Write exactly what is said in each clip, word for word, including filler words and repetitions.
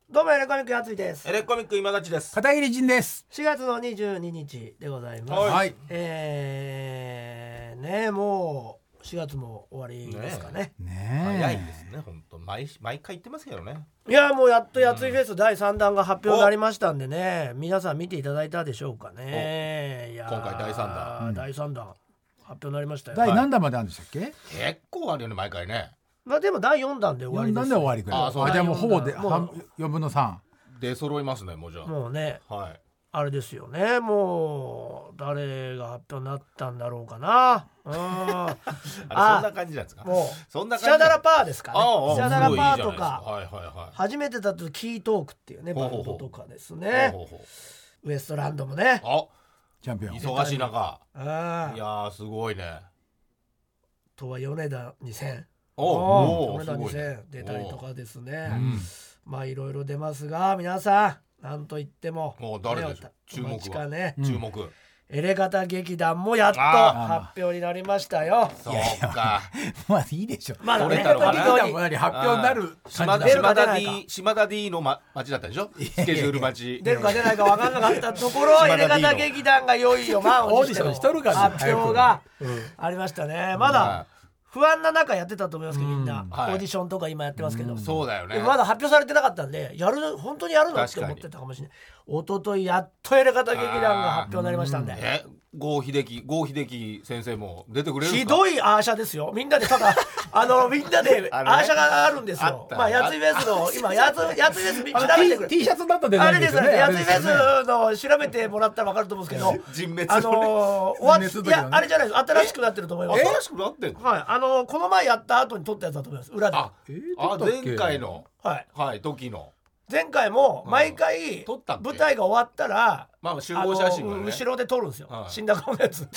どうもエレコミックやついです。 エレコミック今立ちです。 片桐仁です。 しがつのにじゅうににちでございます。 はい、 えー、ねもうしがつも終わりですかね。 ねね早いですね本当。毎毎回言ってますけどね。 いやもうやっとやついフェスだいさんだんが発表になりましたんでね、皆さん見ていただいたでしょうかね。いや今回だいさんだん、 うん、だいさんだん発表になりましたよ。 だい何弾まであるんでしたっけ？ 結構あるよね毎回ね。 まあでもだいよんだんで終わりです。 よんだんで終わりくらい。ああ、じゃあもうほぼでよんぶんのさん出揃いますね。もうじゃあもうね、 はい、 あれですよね。もう誰が発表になったんだろうかな。うんああそんな感じなんですか。 もうそんな感じ。 シャダラパーですかね。 ああシャダラパーとか、 はいはいはい、 初めてだとキートークっていうねバンドとかですね。 ほうほうほうウエストランドもね。 あチャンピオン忙しい中。 あいやーすごいね。 とは米田にせんおお米田にせん出たりとかですね。 うん、 まあいろいろ出ますが皆さんなんといってももう誰でしょう、注目は、 ね、 注目エレガタ劇団もやっと発表になりましたよ。 そうかまあいいでしょ。 まだね発表になる島田 島田 D 島田 D の、ま、町だったでしょ。スケジュール待ち出るか出ないか分かんなかったところエレガタ劇団がいよいよ満を持しての発表がありましたね。まだ不安な中やってたと思いますけどみんな、うんはい、オーディションとか今やってますけど、うん、 そうだよね。 まだ発表されてなかったんでやる本当にやるのって思ってたかもしれない。一昨日やっとエレガタ劇団が発表になりましたんで、うん、 え郷秀樹郷秀樹先生も出てくれるんですか。 ひどいアーシャですよ。みんなでただあのみんなでアーシャがあるんですよ。まあやついフェスの今やつやついフェス調べてくれ T シャツだったであれですね。やついフェスの調べてもらったら分かると思うんですけど人滅あのー、いやあれじゃないです。新しくなってると思います。 新しくなってんの。 はいあのー、この前やった後に撮ったやつだと思います。裏で。 あ、えー、あ前回のはいはい時の前回も毎回舞台が終わったら、 まあ、集合写真が、ね、 後ろで撮るんですよ、はい、死んだ顔のやつ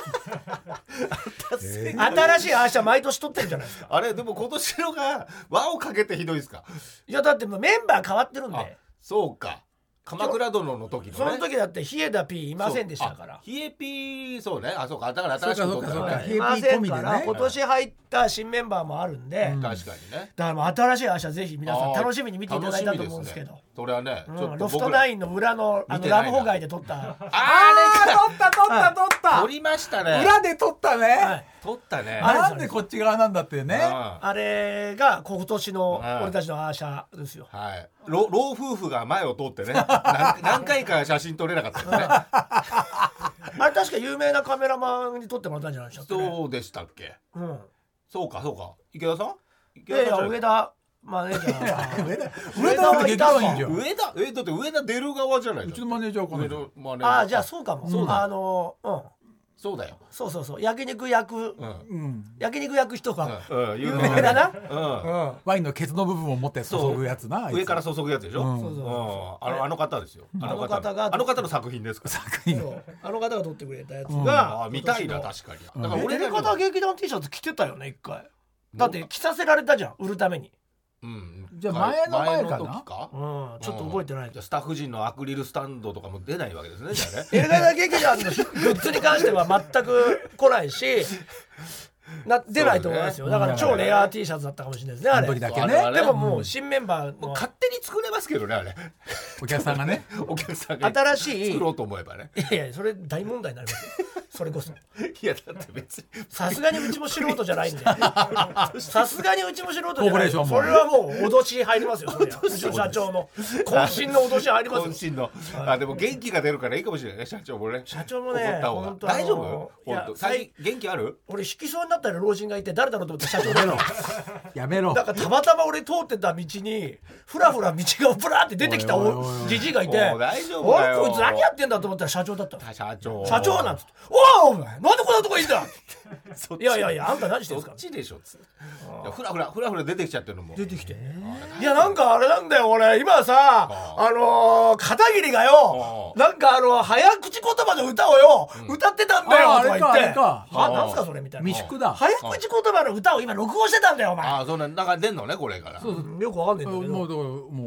えー、 新しいアーシャ毎年撮ってるじゃないですか。 あれでも今年のが輪をかけてひどいですか。 いやだってもうメンバー変わってるんで。 そうか鎌倉殿の時のね。 その時だってヒエダ P いませんでしたから。 ヒエ P そうね。あそうかだから新しく撮ったからね。いませんから今年入った新メンバーもあるんで、 うん、確かにね。 だからもう新しいアーシャぜひ皆さん楽しみに見ていただいたと思うんですけど。 それはね、 うん、ちょっとロフトナインの裏のあのラブホ街で撮ったああれ撮った撮った撮った、 はい、撮りましたね。 裏で撮ったね、はい、 撮ったね。 なんでこっち側なんだってね、うん、 あれが今年の俺たちのアーシャですよ、 はい、老, 老夫婦が前を通ってね何, 何回か写真撮れなかったですねあれ確か有名なカメラマンに撮ってもらったんじゃないでしたっけ、ね、 そうでしたっけ、 うん、 そうかそうか池田さん池田さんいやいや上田マネージャー上田上田はいいじゃん。 上田えだって上田出る側じゃない。 うちのマネージャーかな。 マネージャーああじゃあそうかも。そうだあのうんそうだよ。 そうそうそう焼肉焼く、うん、焼肉焼く人が、 うん、 有名だな、 うんうん、ワインのケツの部分を持って注ぐやつな。 上から注ぐやつでしょ。 そうそうそうあのあの方ですよ。 あの方があの方の作品ですか。 作品。 あの方が撮ってくれたやつが、 あ見たいな確かに。 だから俺エレガタ劇団 T シャツ着てたよね一回。だって着させられたじゃん売るために。 うん、 じゃあ前の前かな、 うん、ちょっと覚えてない、 うん、スタッフ陣のアクリルスタンドとかも出ないわけですね。じゃあねエレガタ劇団のグッズに関しては全く来ないしな出ないと思いますよ、ね、だから超レア T シャツだったかもしれないですねあれだけね。 でももう新メンバーの、 うん、勝手に作れますけどねあれお客さんがねお客さんが新しい作ろうと思えばね。 いやいやそれ大問題になりますよそれこそ。 いやだって別にさすがにうちも素人じゃないんでさすがにうちも素人じゃない。それはもう脅し入りますよそれはうちの社長の渾身の脅し入りますよ。 渾身のあでも元気が出るからいいかもしれないね社長もね。 社長もね本当大丈夫。本当最近元気ある。 俺引きそうになったら老人がいて誰だろうと思って社長出ろやめろ。 だからたまたま俺通ってた道にふらふら道がブラーって出てきたじじいがいて大丈夫だよこいつ何やってんだと思ったら社長だった。 社長社長なんつっておおなんでこんなとこいいんだいやいやいやあんた何してんすか。 そっちでしょつふらふらふらふら出てきちゃってるのも出てきていやなんかあれなんだよ俺今さあのー、片桐がよなんかあの早口言葉の歌をよ、うん、歌ってたんだよとか言ってはなんすかそれみたいな未宿だ早口言葉の歌を今録音してたんだよお前。 ああそんななんか出んのねこれから。 そうよくわかんないんだけどもうもう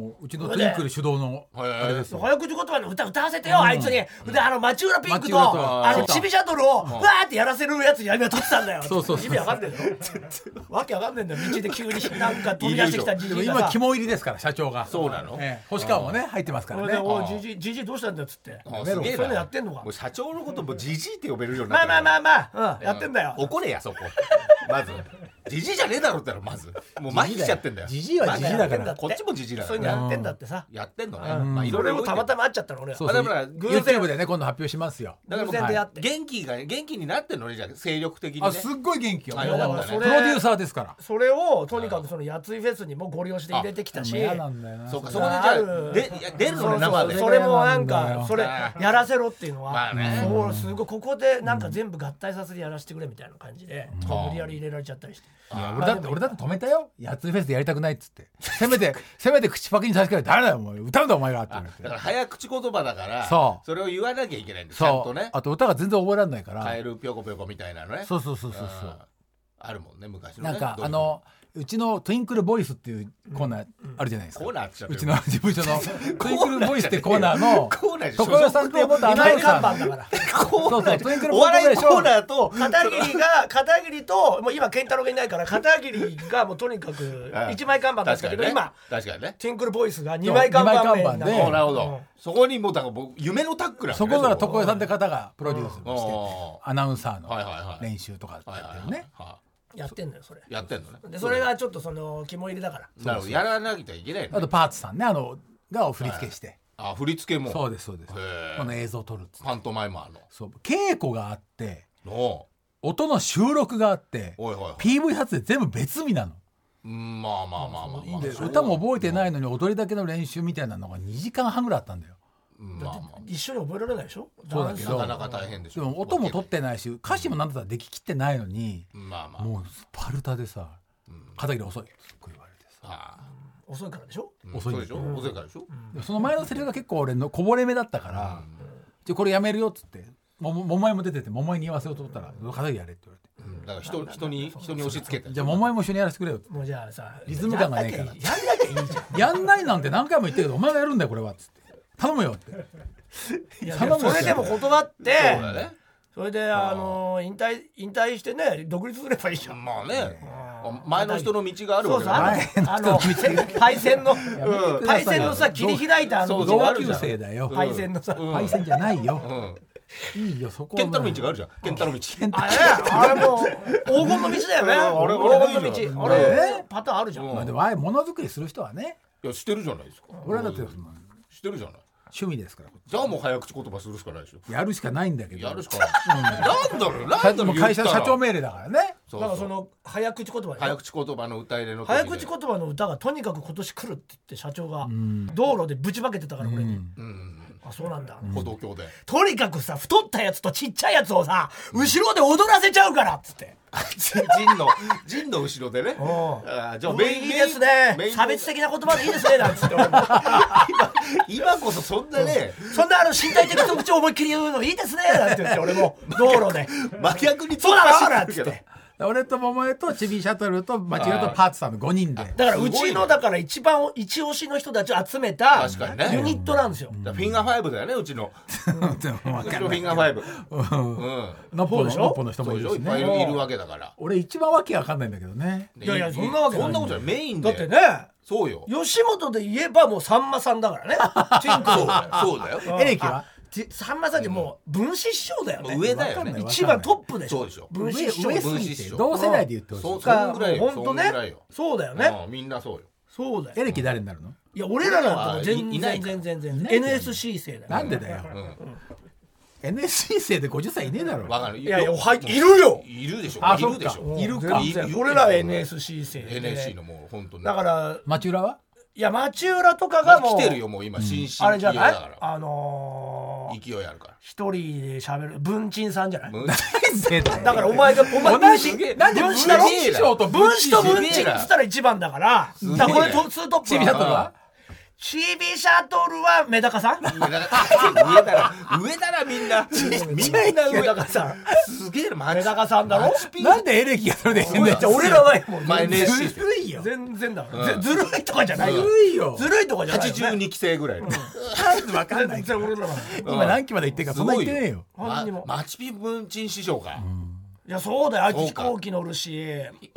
もううちのトゥインクル主導のあれですよ。 早口言葉の歌歌わせてよ、あいつに。であの町浦ピンクとあのチビシャトルをわーってやらせるやつに今撮ってたんだよ。 そうそうそう。 意味わかんねえよ。わけわかんねえんだよ。道で急になんか飛び出してきたじじいがさ。 今肝入りですから社長が。 そうなの。 星川もね入ってますからね。 おじじじじどうしたんだよっつって。そういうのやってんのか。 もう社長のこともじじいって呼べるようになって。 まあまあまあまあやってんだよ。 怒れやそこ。まずジジイじゃねえだろってのまずもう麻痺しちゃってんだよ。 ジジイはジジイだからこっちもジジイだから。 そういうのやってんだってさ。 やってんのね。まあいろいろもたまたま会っちゃったの俺は。 そうそう。YouTube でね今度発表しますよ。 だからもう元気が元気になってんのねじゃあ精力的にね。 あすっごい元気よ。プロデューサーですから。 それをとにかくそのやついフェスにもご利用して入れてきたし。 そうかそこでじゃあ出るのね生で。 それもなんかそれやらせろっていうのは。そうすごいここでなんか全部合体させてやらせてくれみたいな感じで無理やり入れられちゃったりして。 俺だって俺だって止めたよ。やついフェスでやりたくないっつってせめてせめて口パクに差し替えて誰だよお前歌うんだお前がって言われて。 だから早口言葉だからそそれを言わなきゃいけないんですちゃんとね。 あと歌が全然覚えられないからカエルぴょこぴょこみたいなのね。 そうそうそうそうそうあるもんね昔のね。 なんかあのうちのトゥインクルボイスっていうコーナーあるじゃないですか。 コーナーってうちの事務所のトゥインクルボイスってコーナーの所ヨさんって元アナウンサー看板だからそうそうトゥインクルボイスお笑いコーナーと片桐が片桐ともう今健太郎がいないから片桐がもうとにかく一枚看板だったけど今確かにねトゥインクルボイスが二枚看板でなるほどそこにもうだから夢のタッグなんそこから所ヨさんって方がプロデュースしてアナウンサーの練習とかやってるね。 やってんのよそれやってんのね。 でそれがちょっとその肝入りだから。 なるほどやらなきゃいけない。 あとパーツさんねあのが振り付けして。 あ振り付けも。 そうですそうです。この映像を撮るっつって。 パントマイマーの。 そう稽古があって音の収録があっておいおいピーブイ 撮影全部別日なの。 うんまあまあまあまあまあ。 歌も覚えてないのに踊りだけの練習みたいなのがにじかんはんぐらいあったんだよ。 まあまあ、一緒に覚えられないでしょ。 そうだけどなかなか大変でしょ。 でも音も取ってないし歌詞もなんだったらでききってないのに、 まあまあ、 もうスパルタでさ片桐遅いすっごい言われてさ、 あ遅いからでしょ。 遅いでしょ。 遅いからでしょ。 その前のセリフが結構俺のこぼれ目だったからじゃこれやめるよっつって桃井も出てて桃井に言わせようと思ったら片桐やれって言われて。 だから人人に人に押し付けてじゃあ桃井も一緒にやらせてくれよって。 もうじゃあさリズム感がねえからやんなきゃいいじゃん。 やんないなんて何回も言ってるけどお前がやるんだよこれはっつって頼むよっていやそれでも断ってそれであの引退引退してね独立すればいいじゃん。 まあね前の人の道があるわけだからあのパイセンのパイセンのさ切り開いたあの道があるじゃん。 同級生だよパイセンのさパイセンじゃないよ。いいよそこケンタの道があるじゃん。ケンタの道あれもう黄金の道だよね。黄金の道あれパターンあるじゃん。 でもあれものづくりする人はねいやしてるじゃないですか。 俺はだってしてるじゃない。 趣味ですから。 じゃあもう早口言葉するしかないでしょ。 やるしかないんだけど。 やるしかない。なんだろうなんだろう会社社長命令だからね。 だからその早口言葉早口言葉の歌入れの早口言葉の歌がとにかく今年来るって言って社長が道路でぶちまけてたから俺に。あそうなんだ。 歩道橋でとにかくさ太ったやつとちっちゃいやつをさ後ろで踊らせちゃうからっつって。 陣の陣の後ろでね。 あじゃあメインいいですね。差別的な言葉でいいですねなんつって。 今こそそんなねそんなあの身体的特徴を思いっきり言うのいいですねなんて言って俺も道路で真逆にそうだろなんつって。 俺と桃江とチビシャトルと町浦とパーツさんのごにんでだからうちのだから一番一押しの人たちを集めたユニットなんですよ。 フィンガーファイブだよねうちのうちのフィンガーファイブノッポの人もいるしいっぱいいるわけだから俺一番わけわかんないんだけどね。 いやいやそんなわけない。 そんなことないメインでだってねそうよ吉本で言えばもうさんまさんだからね。 そうだよ。 エレキはさんまさんってもう分子師匠だよね。 上だよね。 一番トップでしょ。 そうでしょ。 分子師匠。 上すぎて同世代で言ってほしい。 そうそんぐらいよ。 本当ね。そうだよね。 みんなそうよ。 そうだよ。 エレキ誰になるの？ いや俺らなんて全然全然全然 エヌエスシー 生だよ。 なんでだよ。エヌエスシー 生でごじゅっさいいねえだろ。 わかる。 いやいやいるよ。 いるでしょ。 あいるでしょ。 いるか。 俺ら エヌエスシー 生。 エヌエスシー のもう本当に。 だから町浦は？ いや町浦とかがもう来てるよもう今新進あれじゃない？ だからあの勢いあるから一人で喋る文鎮さんじゃない？ 文鎮だからお前がお前同じなんで分子だろ？師匠と分子と文鎮っつったら一番だからだからこれツートップチビシャトルは？ シービー シャトルはメダカさん上だら上だらみんなみんなメダカさんすげえなメダカさんだろ。 なんでエレキがそれで変なやつ俺らはもう前ねずるいよ全然だ、うん、ずるいとかじゃないよ、 ずるいよずるいとかじゃないよ、ね、 はちじゅうにきせいぐらいの、うん、 分かんない全然俺らは今何期まで行ってるかそんな言ってねえよ。 ま、マチピ文鎮師匠か、うん、 いやそうだよあいつ飛行機乗るし飛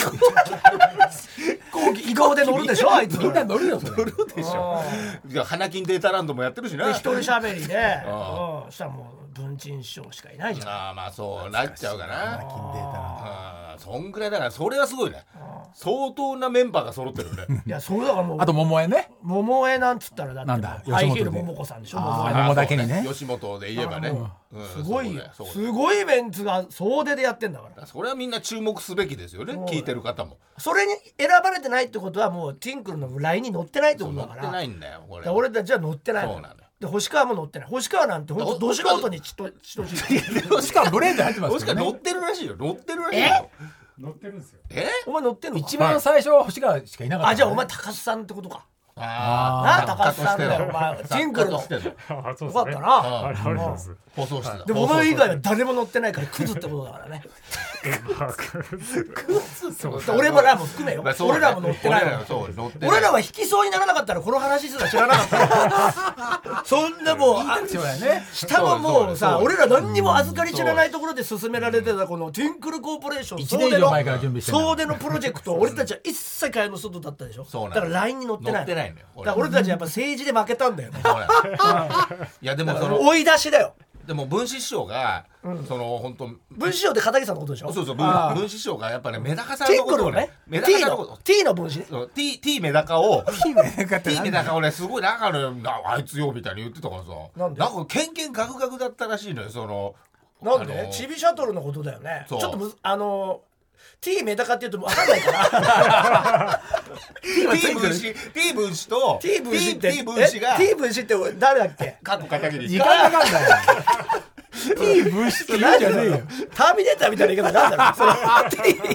行機移動で乗るでしょあいつみんな乗るよそれ乗るでしょ。いや花金データランドもやってるしな。 で一人喋りでそしたらもう文鎮師匠しかいないじゃん。 ああまあそうなっちゃうかな。 花金データランドそんぐらいだからそれはすごいね。相当なメンバーが揃ってるね。 いやそれだからもうあと桃江ね。 桃江なんつったらだってなんだハイヒール桃子さんでしょ。 桃江桃だけにね。 吉本で言えばね。 すごいすごいメンツが総出でやってんだから。 それはみんな注目すべきですよね。聞いてる方も。 それに選ばれてないってことはもうティンクルの ライン に載ってないってことだから。 載ってないんだよこれ。 俺たちは載ってない。 そうなんだよ。 で星川も乗ってない。星川なんて本当ど素人にちとちとしい。 星川ブレーンで入ってます星川乗ってるらしいよ。乗ってるらしいよ。 乗ってるんですよ。 え？お前乗ってんの？ 一番最初は星川しかいなかった。 あじゃあお前高須さんってことか。 ああな高須さんだよお前ティンクルの。よかったな。 ありがとうございます。 放送してた。 でもお前以外は誰も乗ってないからクズってことだからね。俺らも含めよ。俺らも乗ってないわ。俺らは引きそうにならなかったらこの話すら知らなかった。そんなもう下ももうさ俺ら何にも預かり知らないところで進められてたこのティンクルコーポレーション総出の総出のプロジェクト俺たちは一切会の外だったでしょ。だから ライン に乗ってない。だから俺たちやっぱ政治で負けたんだよね。 いやでもその追い出しだよ。 でも文枝師匠が、うん、その本当文枝師匠って片桐さんのことでしょ。 そうそう文枝師匠がやっぱねメダカさんのことをねメダカさんのこと T の文枝ね T T メダカを T メダカって T メダカをねすごいなんかねあいつよみたいに言ってたからさなんでなんかケンケンガクガクだったらしいのよそのなんでチビシャトルのことだよね。ちょっとむあの T メダカって言うと分かんないから T 分子 T 分子と T 分子って T 分子が T 分子って誰だっけ。 過去片桐時間かかんないよ。T 分子って言うんじゃねえよ。 ターミネーターみたいな言い方なんだろう。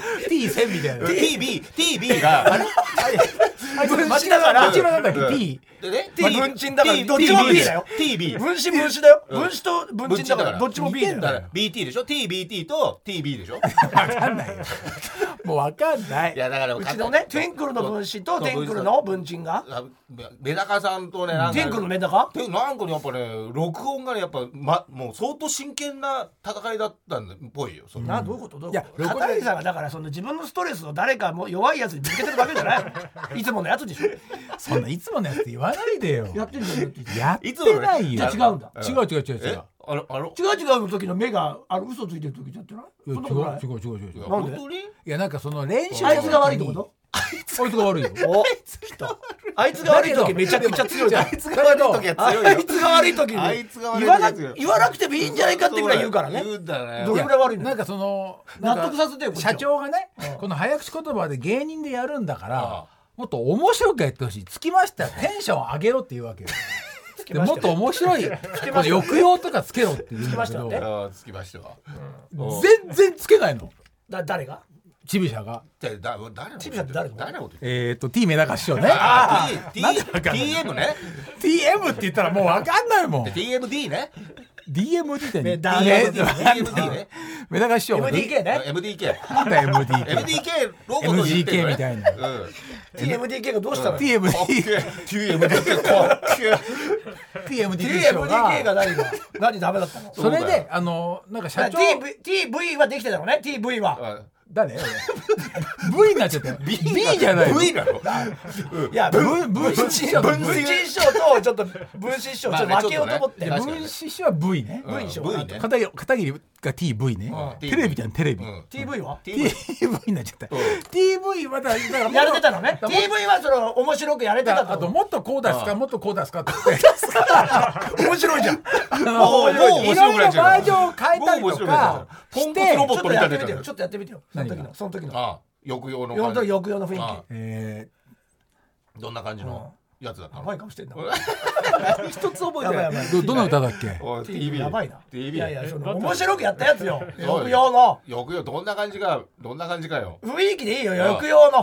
T 線みたいな。 ティービー ティービー が分子だからどちらなんだっけ T。 T 分子だからどっちも B だよ。 ティービー分子分子だよ。分子と分子だからどっちも B だよ。 ビーティー でしょ ティービーティー と ティービー でしょ。 分かんないよ。もう分かんない。 いやだからうちのねティンクルの分子とティンクルの分子がメダカさんとねなんかティンクルのメダカなんかねやっぱね録音がねやっぱまもう相当真剣な戦いだったんっぽいよ。 などういうことどういうこと。片桐さんがだからその自分のストレスを誰かも弱いやつにぶつけてるだけじゃないいつものやつでしょ。 そんないつものやつって言わないでよ。 やってるじゃんやってないよ。 じゃあ違うんだ。 違う違う違う違う。 あのあの違う違うの時の目があの嘘ついてる時じゃってない。 違う違う違う違う。 なんで。 いやなんかその練習あいつが悪いってこと。 あいつが悪いよ。 お来た。あいつが悪い時めちゃくちゃ強いじゃん。 あいつが悪い時は強いよ。 あいつが悪い時あいつが悪い言わな言わなくてもいいんじゃないかってぐらい言うからね。 言うんだね。 どれぐらい悪いの。 なんかその納得させてよ。 社長がねこの早口言葉で芸人でやるんだからもっと面白くやってほしい。つきましたらテンション上げろって言うわけよ。でもっと面白い抑揚とかつけろって言うんだけどつきましたわ。 全然つけないの。 だ誰がチビシャが誰チビシャって誰の誰のことえっと T メダカ師匠ね。 ああ T エム ね。 ティーエム って言ったらもう分かんないもん。 ティーエムディー ね。 ディーエムディー ってメダカね。 メダカ師匠エムディーケー ね。 エムディーケーなんだ エムディーケー。 エムディーケー ロゴとエムジー言ってるケー みたいな。 ティーエムディーケー がどうしたの。 ティーエムディーケーティーエムディーケー かっけえ。 ティーエムディーケーティーエムディーケー が何が何ダメだったの。 それであのなんか社長ティーブイ はできてたのね。 ティーブイ は誰 V になっちゃったよ。 B じゃない。 V なの。 いや分子師匠分子師匠とちょっと分子師匠ちょっと負けようと思って。 分子師匠は V ね。 V 師匠片桐片桐が ティーブイ ね。テレビじゃんテレビ。 ティーブイ はティーブイ になっちゃった。 ティーブイ はだからやれてたのね。 ティーブイ はその面白くやれてたと。 あともっとこう出すかもっとこう出すかって面白いじゃん。 もういろいろバージョンを変えたりとかポンコツロボットみたいな。 ちょっとやってみてよ。その時のその時のああ抑揚の抑揚の雰囲気。 えどんな感じのやつだったの。 やばいかもしれんな。 一つ覚えてない。 どの歌だっけ。 ティービー やばいな。 ティービーいやいやその面白くやったやつよ。抑揚の抑揚どんな感じかどんな感じかよ。 雰囲気でいいよ抑揚の。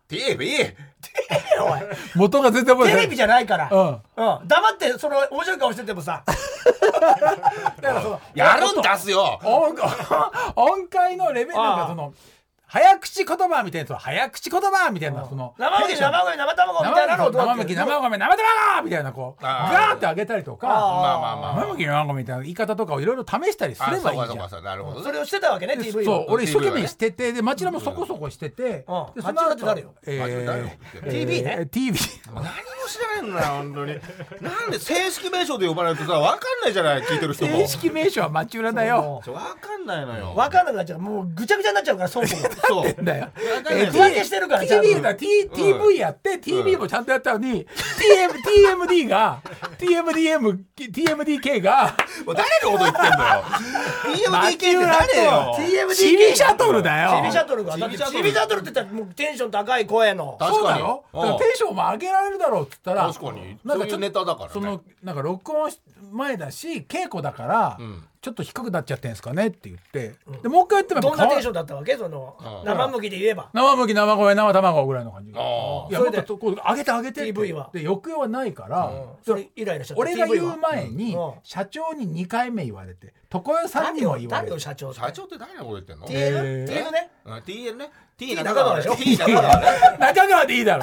テレビおい元が全然覚えてない。 テレビじゃないから、 うんうん、黙ってその面白い顔しててもさだからそのやるん出すよ音音階のレベルがその早口言葉みたいなやつは早口言葉みたいなその生麦生米生卵みたいなのを生麦生米生卵みたいなこうガーって上げたりとかまあまあまあ生麦生米みたいな言い方とかをいろいろ試したりすればいいじゃん。 そ, なるほど、ね、 それをしてたわけね ティーブイそう俺一生懸命しててで町田もそこそこしてて、うん、 でその後誰よ、 えー、 ティービー ねティービー 何も知らないんだよ本当になんで正式名称で呼ばれるとさ分かんないじゃない聞いてる人も正式名称は町浦だよ。 分かんないのよ分かんなくなっちゃうもうぐちゃぐちゃになっちゃうからそうそうだよふやけしてるからティービー だ ティーブイ やって ティービー もちゃんとやったのに ティーエムディー が ティーエムディーエム ティーエムディーケー がもう誰のこと言ってんだよ ティーエムディーケー って誰よティーエムディーケーチビシャトルだよ。 チビシャトルがだってチビシャトルって言ったらもうテンション高い声のそうだろだからテンションも上げられるだろうっつったら確かにそういうネタだからねそのなんか録音前だし稽古だから、うん、ちょっと低くなっちゃってんすかねって言って、うん、でもう一回やってもどんなテンションだったわけその、うん、生麦で言えば生麦生米生卵ぐらいの感じ。いやもっとこう上げて上げてティーブイ はで抑揚はないから、うん、 それイライラしちゃった。 俺が言う前に、うん、社長ににかいめ言われて床屋さんにも言われて社長社長って誰のこと言ってんのティーエル ティーエル ねティーエル ね T 中川でしょ T 中川ね中川でいいだろ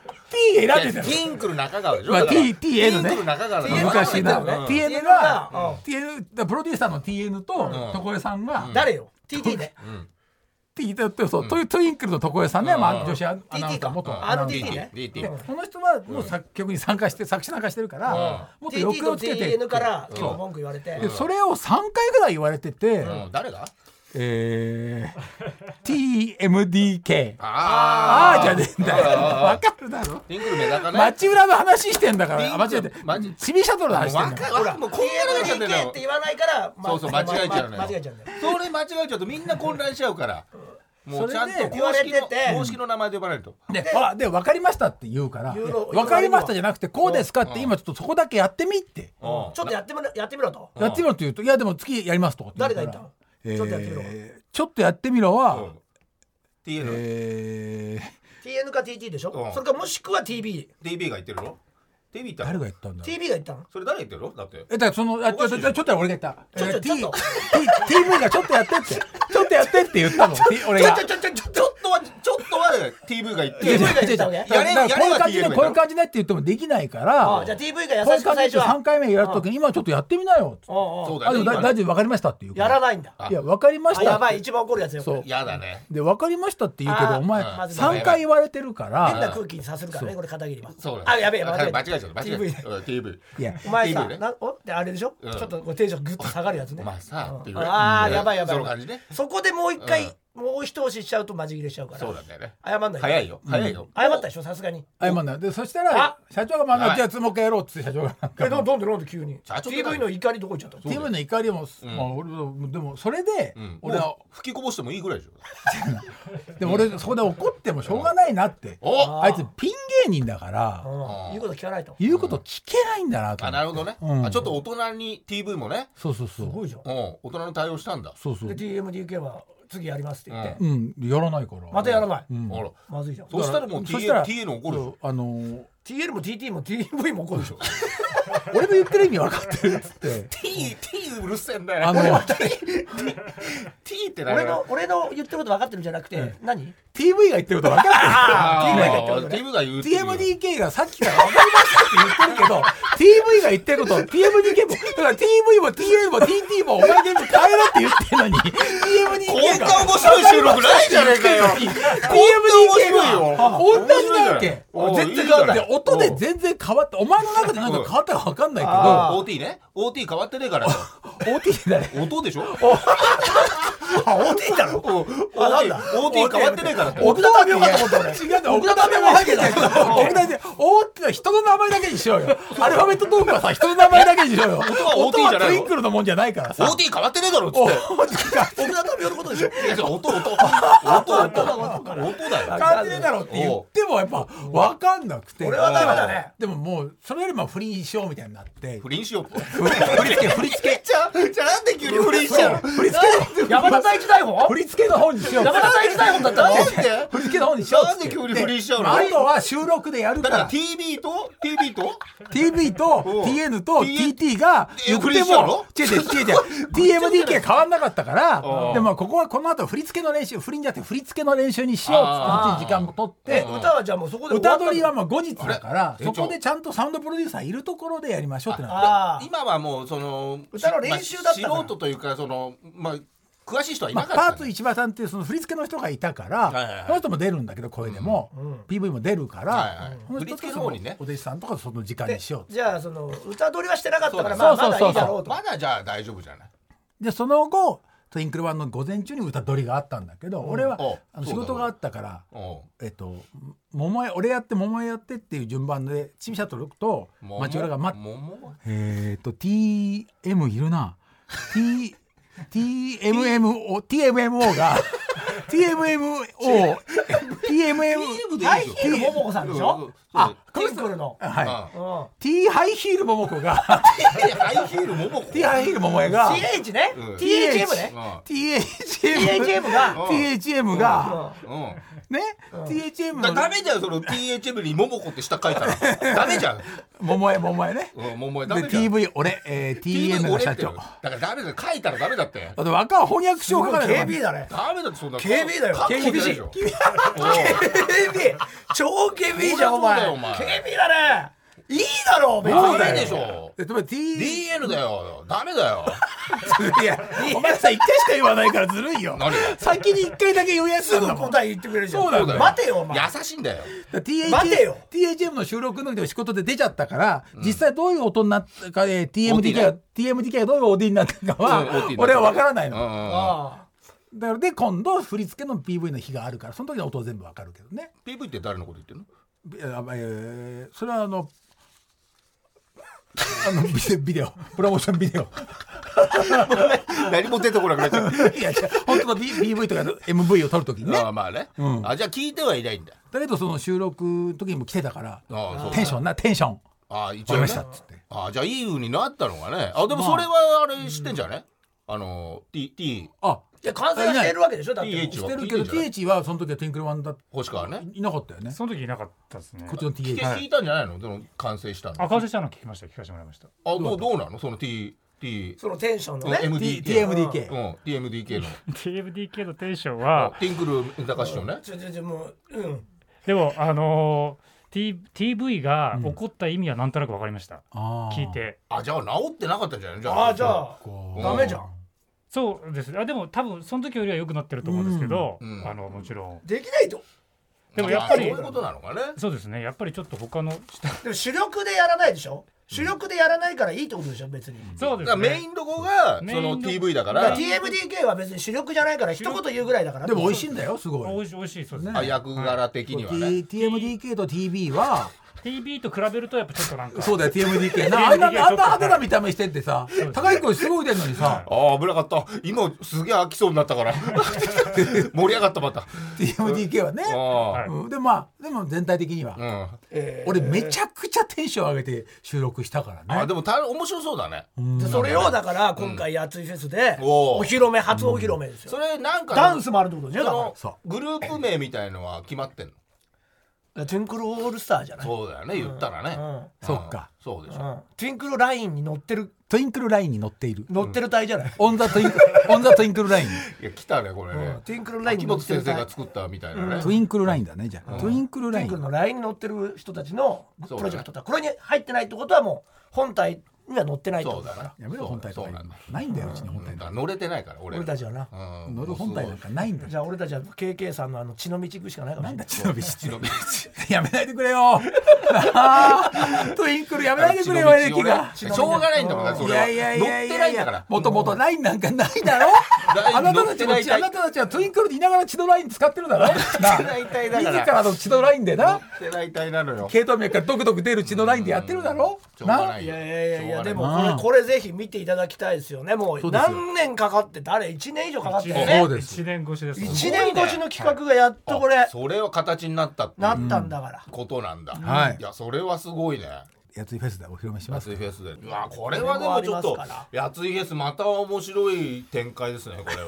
T 選んでたティンクル中川でしょ T エヌ ねティンクル中川昔な ティーエヌ が ティーエヌ プロデューサーの ティーエヌ と床屋さんが誰よ ティーティー ね T だってそう、うん、トゥインクルの床屋さんね、まあ、女子アナウンサー元アナウンサーこの人はもう作曲に参加して作詞なんかしてるから、うん、もっと抑揚つけてティーティー と ティーエヌ から今日文句言われて、 でそれをさんかいぐらい言われてて、 うん、誰がえー、ティーエムディーケーああーじゃねえんだよわかるだろティンクルメダカね町浦の話してんだから間違えてチビシャトルの話してんだほらもうこんなのちゃってんだよって言わないから、 ま、そうそう間違えちゃうのよ間違えちゃうんだよそれ間違えちゃうとみんな混乱しちゃうからもうちゃんと公式の公式の名前で呼ばれるとでで分かりましたって言うから分かりましたじゃなくてこうですかって今ちょっとそこだけやってみってちょっとやってみろやってみろとやってみろって言うといやでも次やりますと誰が言ったのちょっとやってみろちょっとやってみろはティーエヌえー ティーエヌ か ティーティー でしょそれかもしくは ティービーティービー が言ってるのティービー って誰が言ったんだティービー が言ったのそれ誰言ってるのだってえだからそのあちょっとちょっと俺が言ったちょっとちょっとティーブイ がちょっとやってってちょっとやってって言ったの俺がちょちょちょちょちょっとはちょっとは ティーブイ が言ってティーブイ が言ったわけやれやれこういう感じでこういう感じでって言ってもできないからじゃあ ティーブイ が優しく最初はさんかいめやるときに今ちょっとやってみなよそうだね大丈夫分かりましたって言うやらないんだいや分かりましたやばい一番怒るやつよそうやだねで分かりましたって言うけどお前さんかい言われてるから変な空気にさせるからねこれ片桐はそうあやべえ間違えちゃった間違えちゃった ティーブイ ティーブイいやお前さなおってあれでしょちょっとテンショングッと下がるやつねお前さああやばいやばいその感じねそこでもう一回もう一押ししちゃうとマジ切れしちゃうからそうなんだよね謝んない早いよ早いよ謝ったでしょさすがに謝んないでそしたら社長がまあじゃあもう一回やろうっつって社長がえなんでなんで急に ティーブイ の怒りどこ行っちゃったティーブイ の怒りもまあ俺でもそれで俺は吹きこぼしてもいいぐらいでしょでも俺そこで怒ってもしょうがないなってあいつピン芸人だから言うこと聞かないと言うこと聞けないんだなとあなるほどねちょっと大人に ティーブイ もねそうそうそうすごいじゃん大人の対応したんだそうそうで ティーエムディーケー は次やりますって言ってうんやらないからまたやらないあらまずいじゃんそしたらもう ティーエル 怒るでしょあのティーエル も ティーティー も ティーブイ も怒るでしょ俺の言ってる意味分かってるっつって T T うるせえんだよあの T って何俺の俺の言ってること分かってるんじゃなくて何ティーブイ が言ってること分かってるあー ティーブイ が言うティーエムディーケー がさっきから分かりましたって言ってるけど ティーブイ が言ってること ティーエムディーケー もだから ティーブイ も ティーエル も ティーティー もお前全部変えろって言ってるのに ティーエムディーケー がこんな面白い収録ないじゃねえかよティーエムディーケー が同じなわけ全然変わんない音で全然変わってお前の中で何か変わったか分かんないけどオーティー ね オーティー 変わってねえからオーティー だね音でしょあ オーティー だろあなんだ オーティー 変わってねえからって奥田民生かと思った俺違うね奥田民生入ってない奥田でオーティーは人の名前だけにしようよアルファベットトークはさ人の名前だけにしようよ音は オーティー じゃないのトゥインクルのもんじゃないからさオーティー 変わってねえだろっつって奥田民生のことでしょ音音音音音だよ感じねえだろって言ってもやっぱ分かんなくて俺はダメだねでももうそれよりも不倫しようみたいになって不倫しようって振り付け振り付けじゃあじゃあなんで急に不倫しちゃうの振り付け山田山田一台本振り付けの方にしよう。 山田一台本だったらなんで振り付けの方にしよう。 なんで急にフリーしちゃうの？ あとは収録でやるから。 だから ティービー と ティービー とティービー と ティーエヌ と ティーティー が言っても違う違う違う ティーエムディーケー 変わんなかったからでもここはこの後振り付けの練習振りんじゃなくて振り付けの練習にしようって時間も取って歌はじゃあもうそこで歌取りはもう後日だからそこでちゃんとサウンドプロデューサーいるところでやりましょうってなって今はもうその歌の練習だったから、 まあ、素人というかそのまあ詳しい人はいなかった、ねまあ、パーツ市場さんっていうその振り付けの人がいたから、はいはいはい、その人も出るんだけど声でも、うん、ピーブイ も出るから、はいはい、振り付けの方にねお弟子さんとかその時間にしようじゃあその歌取りはしてなかったからまあまだいいだろうとまだじゃあ大丈夫じゃないでその後トゥインクルワンの午前中に歌取りがあったんだけど、うん、俺はあの仕事があったからえっと桃江俺やって桃江やってっていう順番でチームシャトルと町浦が待ってえっと ティーエム いるな Tティーエムエムオー ティーエムエムオー がティーエムエムオー ティーエムエムハイヒール桃子さんでしょあティンクルのはい T ハイヒール桃子が T ハイヒール桃子 T ハイヒール桃江がティーエイチ ね ティーエイチエム ねティーエイチエム が ティーエイチエム がね ティーエイチエム のダメじゃんその ティーエイチエム に桃子って下書いたらダメじゃん桃江桃江ね桃江ダメじゃんティーブイ 俺 ティーエム が社長だからダメだよ書いたらダメだってだって若翻訳書書かないケービー だねダメだってそんなケービー だよケービー でしょ ケービー超ケービー じゃんお前 ケービー だねいいだろう別にダメでしょディーエヌ だよダメだよいやお前さ一回しか言わないからずるいよ先に一回だけ言うやつすぐ答え言ってくれるじゃんそうなんだよ待てよお前優しいんだよティーエイチエム の収録の時で仕事で出ちゃったから、うん、実際どういう音になったかで ティーエムディーケー が ティーエムディーケー がどういうオーディになったかは、うん、俺は分からないの、うんうんうん、だからで今度振り付けの ピーブイ の日があるからその時の音は全部分かるけどねピーブイ って誰のこと言ってるのえー、それはあのあのビデオプロモーションビデオ何も出てこなくなっちゃういや本当の ピーブイ とかの エムブイ を撮るときにねあまあね、うん、あじゃあ聞いてはいないんだだけどその収録の時にも来てたからあテンションなテンションあ一応ねあじゃあいい風になったのがねあでもそれはあれ知ってんじゃね、うん、あの T, T あいや完成はしてるわけでしょだってしてるけど ティーエイチ はその時はティンクルワンだ星川ねいなかったよねその時いなかったですねこっちの ティーエイチ聞いたんじゃないのその完成したのあ完成したの聞きました聞かせてもらいましたあどうどうなのその T T そのテンションのねエムディーケーティーエムディーケーうん ティーエムディーケー のティーエムディーケー のテンションはティンクル高師匠ねちょちょちょもううんでもあのー、T ティーブイ が起こった意味はなんとなく分かりました、うん、聞いてあじゃあ治ってなかったんじゃないじゃああじゃあダメじゃんそうですあでも多分その時よりは良くなってると思うんですけど、うんうん、あのもちろんできないとでもやっぱりそういうことなのかねそうですねやっぱりちょっと他のでも主力でやらないでしょ主力でやらないからいいってことでしょ別にそうですねメインどこがその ティーブイ だからティーエムディーケー は別に主力じゃないから一言言うぐらいだからでも美味しいんだよすごい美味しい美味しいそうですね役柄的にはねティーエムディーケー と ティービー はティービー と比べるとやっぱちょっとなんかそうだよ ティーエムディーケー なあんなあんな派手な見た目してってさ高い声すごい出るのにさああ危なかった今すげえ飽きそうになったから盛り上がったまたティーエムディーケー はねうん、でもまあでも全体的には、うんえー、俺めちゃくちゃテンション上げて収録したからねあでもた面白そうだねでそれをだから今回やついフェスでお披露目初お披露目ですよ、 うん、それなんかダンスもあるってことでしょだからグループ名みたいのは決まってんのトゥインクルオールスターじゃないそうだよね言ったらね、うんうん、 そっかそうでしょ、うん、 トゥインクルラインに乗ってるトゥインクルラインに乗っている乗ってる隊じゃない、 オンザトゥインクルオンザトゥインクルラインいや来たねこれね、うん、 トゥインクルラインに乗ってる秋元先生が作ったみたいなね、 うん、トゥインクルラインだねじゃあ、うん、トゥインクルライントゥインクルのラインに乗ってる人たちのプロジェクトだ、ね、これに入ってないってことはもう本体には乗ってないってことだからやめろ本体とかないんだようちに本体、 うん、乗れてないから 俺, 俺たちはな、 うん、乗る本体なんかないんだよじゃあ俺たちは ケーケー さんのあの血の道行くしかないかもしれない血の道血の道やめないでくれよトゥインクルやめないでくれよエレキがしょうがないんだもんそれはいやいやいやいやいやもともとラインなんかないだろあなたたちもあなたたちはトゥインクルって言いながら血のライン使ってるだろ自らの血のラインでな頸動脈からドクドク出る血のラインでやってるだろないやいやいやいやでもこれこれぜひ見ていただきたいですよねもう何年かかって誰いちねん以上かかってねそうですいちねん越しですいちねん越しの企画がやっとこれそれは形になったってなったんだからことなんだはいいやそれはすごいねやついフェスでお披露目しますやついフェスでうわこれはでもちょっとやついフェスまた面白い展開ですねこれは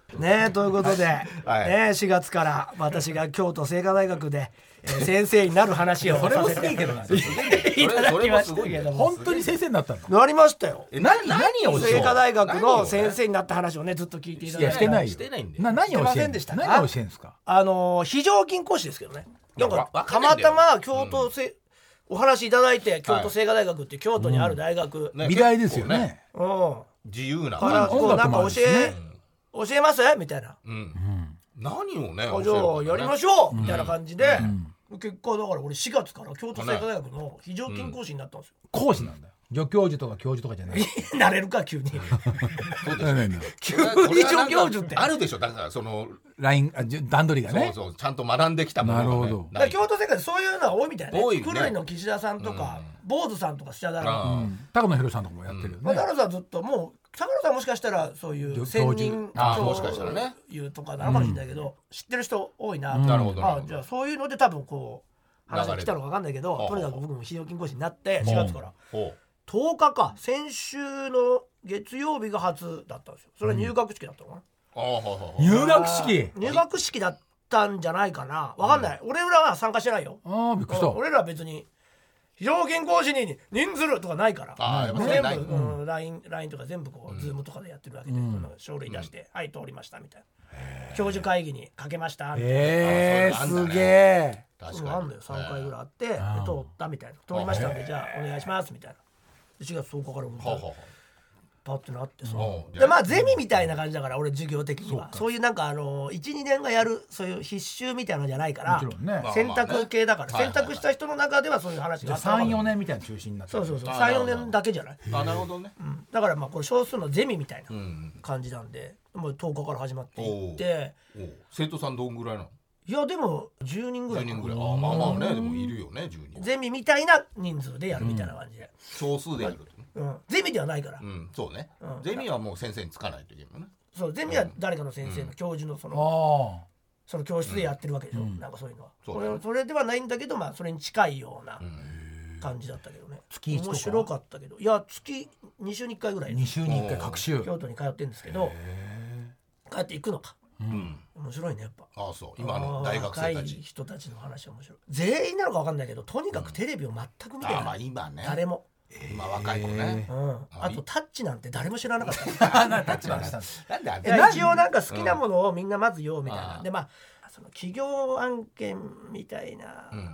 ねということで、 はいね、しがつから私が京都精華大学で、えー、先生になる話をそれもさせてすげえけどないただきましたけども、 本当に先生になったんだ。 なりましたよ。 え何何を精華大学の先生になった話をねずっと聞いていたいやだいて、 してないよ。 してないんでな何を教えんしてませんでしたか何を教えんですか。 あのー非常勤講師ですけどね。なんかわたまたま京都せ、うん、お話いただいて京都精華大学って京都にある大学、 ね美大ですよね。 うん、 自由なからこうなんか教え、教えますみたいな、 うん、何をねじゃあやりましょう、みたいな感じで、 うん、 結果だから俺しがつから京都精華大学の非常勤講師になったんですよ、 講師なんだよ。助教授とか教授とかじゃない。 なれるか急にそうですよ急に助教授ってあるでしょ。だからそのラインあじ段取りがね。 そうそうちゃんと学んできたものが、ね、 なるほど。 だから京都精華でそういうのは多いみたいなね。 多いね黒いの岸田さんとか、うん、坊主さんとかしちゃだら、 ううんん、高野博さんとかもやってるよね。 高野さんずっともう高野さんもしかしたらそういう専任あもしかしたらねいうとかなのかもしれないけど、うん、知ってる人多いなと、 うん、なるほど。 あじゃあそういうので多分こう話が来たのか分かんないけど、とにかく僕も非常勤講師になってしがつからとおかか先週の月曜日が初だったんですよ。それは入学式だったのかな、 うん、 入学式入学式だったんじゃないかな分かんない、うん、俺らは参加してないよ。 あびっくりした、 うん、俺らは別に非常勤講師に人数とかないから、 あやっぱ全部、 ない、 うん、ライン ライン とか全部こう、うん、ズームとかでやってるわけで、うん、書類出して、うん、はい通りましたみたいな、教授会議にかけましたみたいな、 えー、すげえ確かにあんだよさんかいぐらいあって、えー、通ったみたいな、通りましたんで、えー、じゃあお願いしますみたいな、しがつとおかからもパッてなってさ、でまあゼミみたいな感じだから俺授業的にはそういうなんかあの いちにねんがやるそういう必修みたいなのじゃないから、ね、選択系だから、まあまあね、選択した人の中ではそういう話があった。 さんよねんみたいな中心になってそうそうそうさんよねんだけじゃない。 あなるほどね、 うん、だからまあこれ少数のゼミみたいな感じなんで、うん、もうとおかから始まっていって生徒さんどんぐらいなの。 いやでもじゅうにんぐらいじゅうにんぐらいあまあまあねでもいるよねじゅうにんゼミみたいな人数でやるみたいな感じで、うん、 少数でやるとね、 うん、ゼミではないから、 うん、そうね、うん、ゼミはもう先生につかないといけないね。 そうゼミは誰かの先生の教授のその、うん、その教室でやってるわけでしょ、うん、なんかそういうのは、うん、それそれではないんだけどまあそれに近いような感じだったけどね、 月いちとか面白かったけどいや月に週にいっかいぐらいに週にいっかい各週京都に通ってるんですけど帰って行くのか、うん、面白いねやっぱ。 ああそう今の大学生たち若い人たちの話は面白い。全員なのか分かんないけどとにかくテレビを全く見てない、うん、あまあ今ね誰も今若い子ね、 うん、あとタッチなんて誰も知らなかったなんタッチなんしたんですなんであれいや一応なんか好きなものをみんなまず言おうみたいな、うん、でまあその企業案件みたいな、うんうん、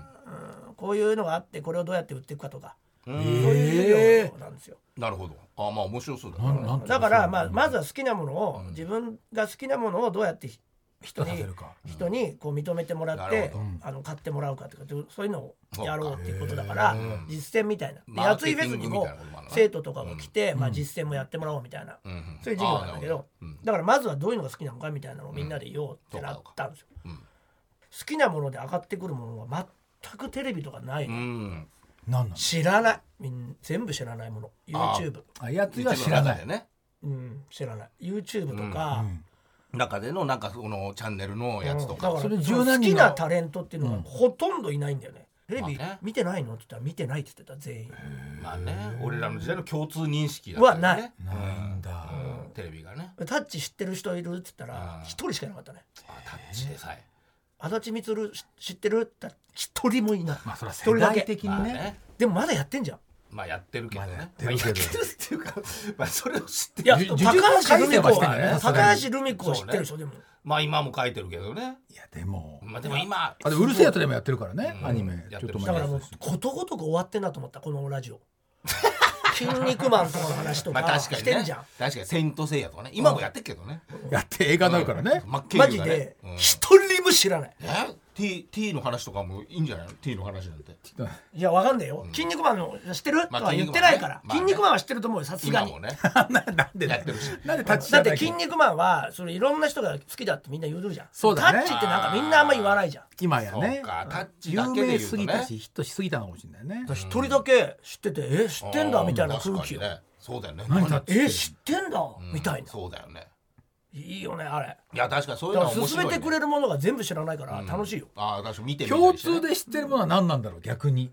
こういうのがあってこれをどうやって売っていくかとかそういう授業なんですよ。 なるほど。あまあ面白そうだね。だからまあまずは好きなものを、うん、自分が好きなものをどうやって人に、うん、人にこう認めてもらって、うん、あの買ってもらうかとかそういうのをやろうっていうことだから実践みたいな熱いフェスにも生徒とかが来て、うんまあ、実践もやってもらおうみたいな、うん、そういう授業なんだけど、うん、だからまずはどういうのが好きなのかみたいなのをみんなで言おうってなったんですよ。うん、好きなもので上がってくるものは全くテレビとかないの。うんなんなん知らないみん全部知らないもの YouTube あやつは知らないね、うん、知らない YouTube とか、うんうん、中でのなんかそのチャンネルのやつとか、 うん、だからそれ好きなタレントっていうのはほとんどいないんだよね、うん、テレビ見てないのって言ったら見てないって言ってた全員。 まあね俺らの時代の共通認識だったよね。 はないなんだ、 うん、テレビがねタッチ知ってる人いるって言ったら一人しかいなかったね。 あタッチでさえ足立みつる知ってるって一人もいない。 まあそれは世代的にね、まあねでもまだやってんじゃん。 まあやってるけどね。 まあ、やってるけど、まあ、 やってるっていうか、まあそれを知ってる。 いや高橋留美子はね、高橋留美子は知ってるでしょ、ね、でも。 まあ今も書いてるけどね。 いやでも、 まあでも今、 あでうるせえやつでもやってるからね、 うん、 アニメ。 ちょっとだからもうことごとく終わってんなと思ったこのラジオ。筋肉マンとかの話とかしてんじゃん。 まあ、確かにね、確かにセイントセイヤとかね今もやってるけどね、 うん、やって映画になるからね、 うん、 マジで一人も知らない。 え T, T の話とかもいいんじゃないの T の話なんて。 いやわかんないよ、うん、筋肉マンの知ってる、まあ、とは言ってないから、まあね、筋肉マンは知ってると思うよさすがに。 今もねなんでやってるしなんでタッチだって筋肉マンはそれいろんな人が好きだってみんな言うじゃん。 そうだね、 タッチってなんかみんなあんま言わないじゃん今やね。 そうかタッチだけで言うとね有名すぎたしヒットしすぎたのかもしれないね。 一人だけ知っててえ知ってんだみたいな空気を、 ね、そうだよねえ知ってんだ、うん、みたいな。 そうだよねいいよねあれ。 いや確かにそういうのは面白い、ね、 進めてくれるものが全部知らないから楽しいよ、 うん、あ確かに見てみ共通で知ってるものは何なんだろう逆に。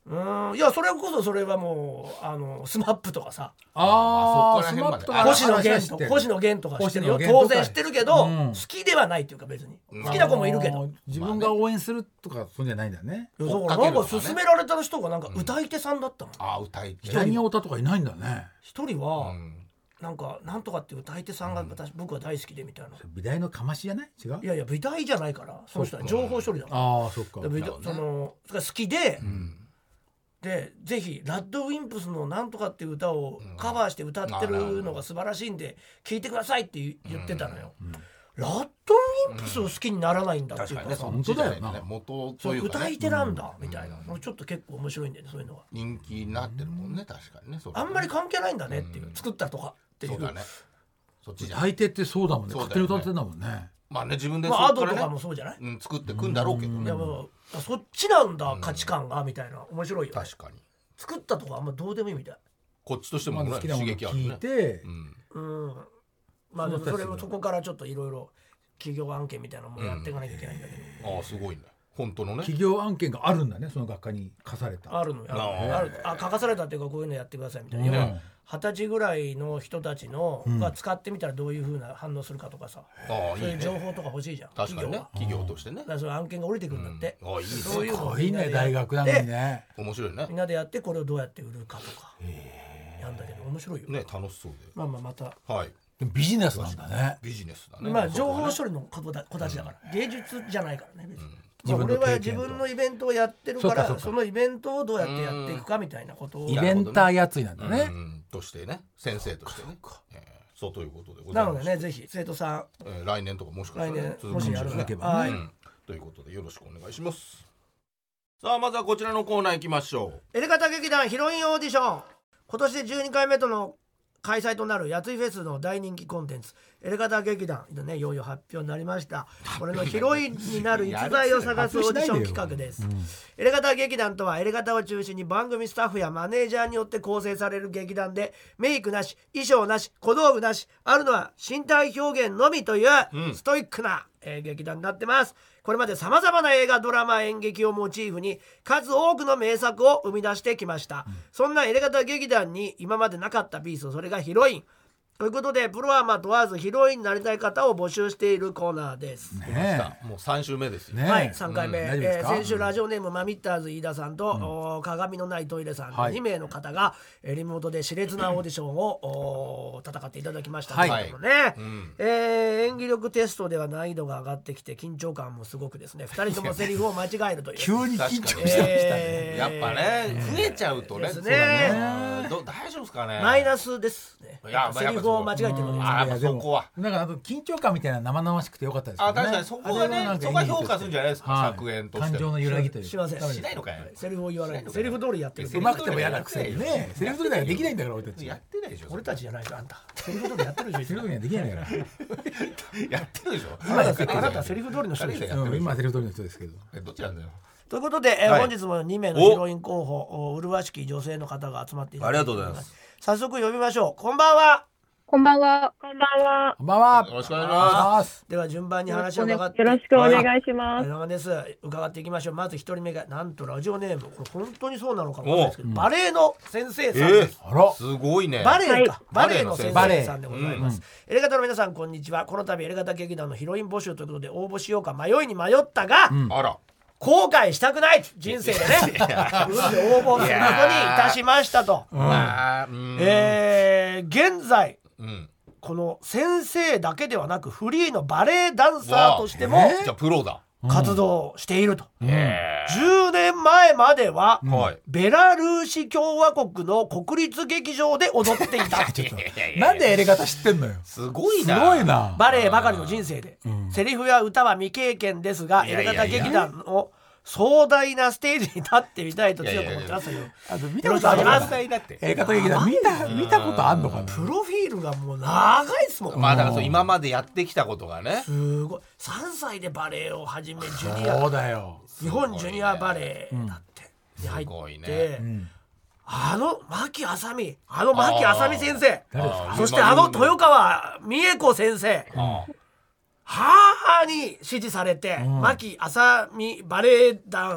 うんいやそれこそそれはもうあのスマップとかさああそこら辺まで星野源とか星野源とか知ってるよ当然知ってるけど、うん、好きではないっていうか別に好きな子もいるけど自分が応援するとかそうじゃないんだね。 だからなんか勧められた人がなんか歌い手さんだったの、 うん、あ歌い手北に歌とかいないんだね。 一人は、うんなんかなんとかっていう歌い手さんが私、うん、僕は大好きでみたいな。 美大のかましじゃない？違う？ いやいや美大じゃないからその人は情報処理だから。 ああそっか。 その好きで、うん、でぜひラッドウィンプスのなんとかっていう歌をカバーして歌ってるのが素晴らしいんで聴いてくださいって言ってたのよ。うんうん、ラッドウィンプスを好きにならないんだっていうか、 うん、本当だよね。元というか、ね、 歌い手なんだみたいな、うん、ちょっと結構面白いんだよねそういうのが。 人気になってるもんね確かにね。そあんまり関係ないんだねっていう、うん、作ったとか。 そうだね。そっちじゃ大抵ってそうだもんね。勝手に歌ってんだもんね。 まあね自分でまあアドとかもそうじゃない？ うん作ってくんだろうけどね。 いやもうそっちなんだ価値観がみたいな面白いよ。 確かに。 作ったとかあんまどうでもいいみたい。 こっちとしてもね刺激あるね。 聞いて、 うん。まあでもそれもそこからちょっといろいろ企業案件みたいなのもやっていかなきゃいけないんだけど。 ああすごいね。本当のね企業案件があるんだねその学科に課された。 あるのよ。あるあ書かされたっていうかこういうのやってくださいみたいな。二十歳ぐらいの人たちのが使ってみたらどういう風な反応するかとかさ、うん、そういう情報とか欲しいじゃん。 確かにね企業としてね。 だからその案件が降りてくるんだって、 うん、あいいね。 そういうのをいいね大学なのにね。 面白いね。 みんなでやってこれをどうやって売るかとかやんだけど面白いよね。楽しそうで。 まあまあまたはい。 でもビジネスなんだね。 ビジネスだね。 まあ情報処理の子たちだから、うん、芸術じゃないからね別に。うんまあ、俺は自分のイベントをやってるから そ, そのイベントをどうやってやっていくかみたいなことをイベンターやついなんだね、 うん、としてね先生としてね、えー、そうということでございます。なのでねぜひ生徒さん、 えー、来年とかもしかしたら、ね、 来年もしやるなければ、 はいうん、ということでよろしくお願いします。さあまずはこちらのコーナー行きましょう。エレガタ劇団ヒロインオーディション今年でじゅうにかいめとの開催となるやついフェスの大人気コンテンツエレガタ劇団のねいよいよ発表になりました。これのヒロインになる逸材を探すオーディション企画です、うん、エレガタ劇団とはエレガタを中心に番組スタッフやマネージャーによって構成される劇団でメイクなし衣装なし小道具なしあるのは身体表現のみというストイックな、うんえー、劇団になってます。これまで様々な映画ドラマ演劇をモチーフに数多くの名作を生み出してきました、うん、そんなエレガタ劇団に今までなかったピースそれがヒロインということでプロアマ問わずヒロインになりたい方を募集しているコーナーです、 ね、もうさん週目ですよね。 はいさんかいめ、うんえー、先週ラジオネームマミッターズ飯田さんと、うん、鏡のないトイレさんのにめいの方が、はい、リモートで熾烈なオーディションを戦っていただきましたけれどもね、はいうんえー、演技力テストでは難易度が上がってきて緊張感もすごくですねふたりともセリフを間違えるという急に緊張してましたね、 えー、やっぱね増えちゃうとねですねねど大丈夫ですかね。 マイナスですね。いやセリフを間違えてるので、 ああそこはなんかあと緊張感みたいな生々しくてよかったですね。 あ確かにそこはねそこは評価するんじゃないですか、はい、作演として感情の揺らぎというしませんしないのかよ。 セリフを言わないセリフ通りやってる。 うまくても嫌なくせにねセリフ通りなんかできないんだから俺たちやってないでしょ。 俺たちじゃないかあんたセリフ通りやってるでしょ。 セリフ通りはできないんだからやってるでしょ。 今やってるあなたセリフ通りの人でしょ。 うん、今セリフ通りの人ですけどえどっちなんだよ。 ということで、えーはい、本日もにめいのヒロイン候補麗しき女性の方が集まっていただいてありがとうございます。 早速呼びましょう。こんばんは。 こんばんは。こんばんは。 こんばんは。 よろしくお願いします。 では順番に話を伺ってよろしくお願いします。 長です。伺っていきましょう。まず一人目がなんとラジオネームこれ本当にそうなのかもわからないですけど、バレエの先生さんです。 えー、あらすごいね。 バレエか、はい、バレエの先生さんでございます。うん、エレガタの皆さんこんにちは。この度エレガタ劇団のヒロイン募集ということで応募しようか迷いに迷ったが、うん、あら後悔したくない人生でね応募することにいたしましたと、うんえー、現在、うん、この先生だけではなくフリーのバレエダンサーとしてもじゃあプロだ活動していると、うん、じゅうねんまえまでは、うん、ベラルーシ共和国の国立劇場で踊っていたちょっとなんでエレガタ知ってんのよ。 すごいな。 すごいな。 バレエばかりの人生で、うん、セリフや歌は未経験ですがエレガタ劇団の壮大なステージに立ってみたいと強く思ってますという。 あと見たことあります。エレガタ劇団見た見たことあんのかな。 プロフィールがもう長いですもん。 まあだからそう今までやってきたことがね。 すごい。さんさいでバレエを始めジュニア。 そうだよ。 日本ジュニアバレエだってに入って、あの牧あさみ、あの牧あさみ先生、そしてあの豊川美恵子先生。母に指示されて、うん、牧あさみバレエ団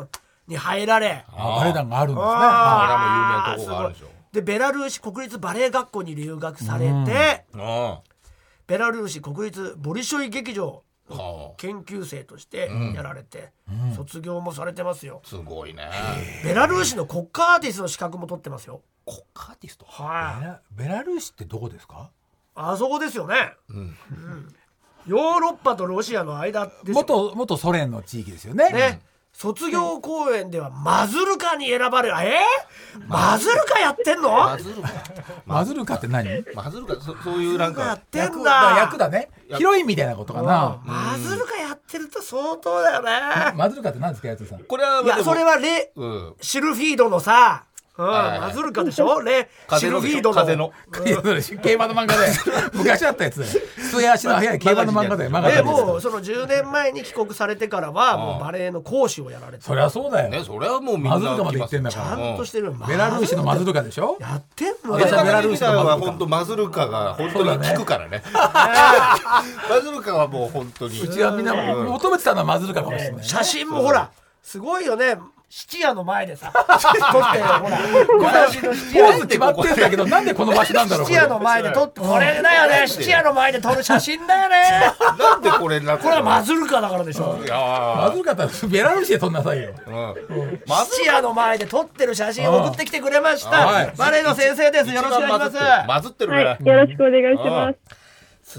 に入られ、 バレエ団があるんですね。 あれも有名なとこがあるでしょ。 でベラルーシ国立バレエ学校に留学されて、ベラルーシ国立ボリショイ劇場研究生としてやられて、うん、卒業もされてますよ。 すごいね。 ベラルーシの国家アーティストの資格も取ってますよ。 国家アーティスト、 はい、 ベラ、ベラルーシってどこですか？ あそこですよね、うんうん、ヨーロッパとロシアの間ですよ。 元、元ソ連の地域ですよね。 ね、卒業公演ではマズルカに選ばれる。えー、マズルカやってんの？ マズルカマズルカって何？ マズルカ そ, そういうなんかやってんだ。 役だね。ヒロインみたいなことかな。 マズルカやってると相当だよね。 マズルカって何ですか、やつさん？ これはいやそれはレ、うん、シルフィードのさ、うん、マズルカでしょ。レシルフィードの風の、 うん、競馬の漫画で昔あったやつで末足の速い競馬の漫画で漫画でもうそのじゅうねんまえに帰国されてからはもうバレエの講師をやられて。 そりゃそうだよ、 ね、それはもうみんなマズルカまで行ってんだから。 ちゃんとしてる。 ベラルーシのマズルカでしょ。 やってんの。 私はベラルーシのは本当マズルカが本当に効くからね。マズルカはもう本当にうちはみんな求めてたのはマズルカかもしれない。 写真もほらすごいよね。質屋の前でさ撮ってほら昔の質屋決まってんだけどなんでこの場所なんだろう。 質屋の前で撮ってこれだよね。質屋の前で撮る写真だよね。 なんでこれなこれはマズルカだからでしょ。 いやマズルカってベラルーシで撮んなさいよ。 質屋の前で撮ってる写真を送ってきてくれました、はい、バレエの先生です。よろしくお願いします。 マズってるね、 はい、よろしくお願いします。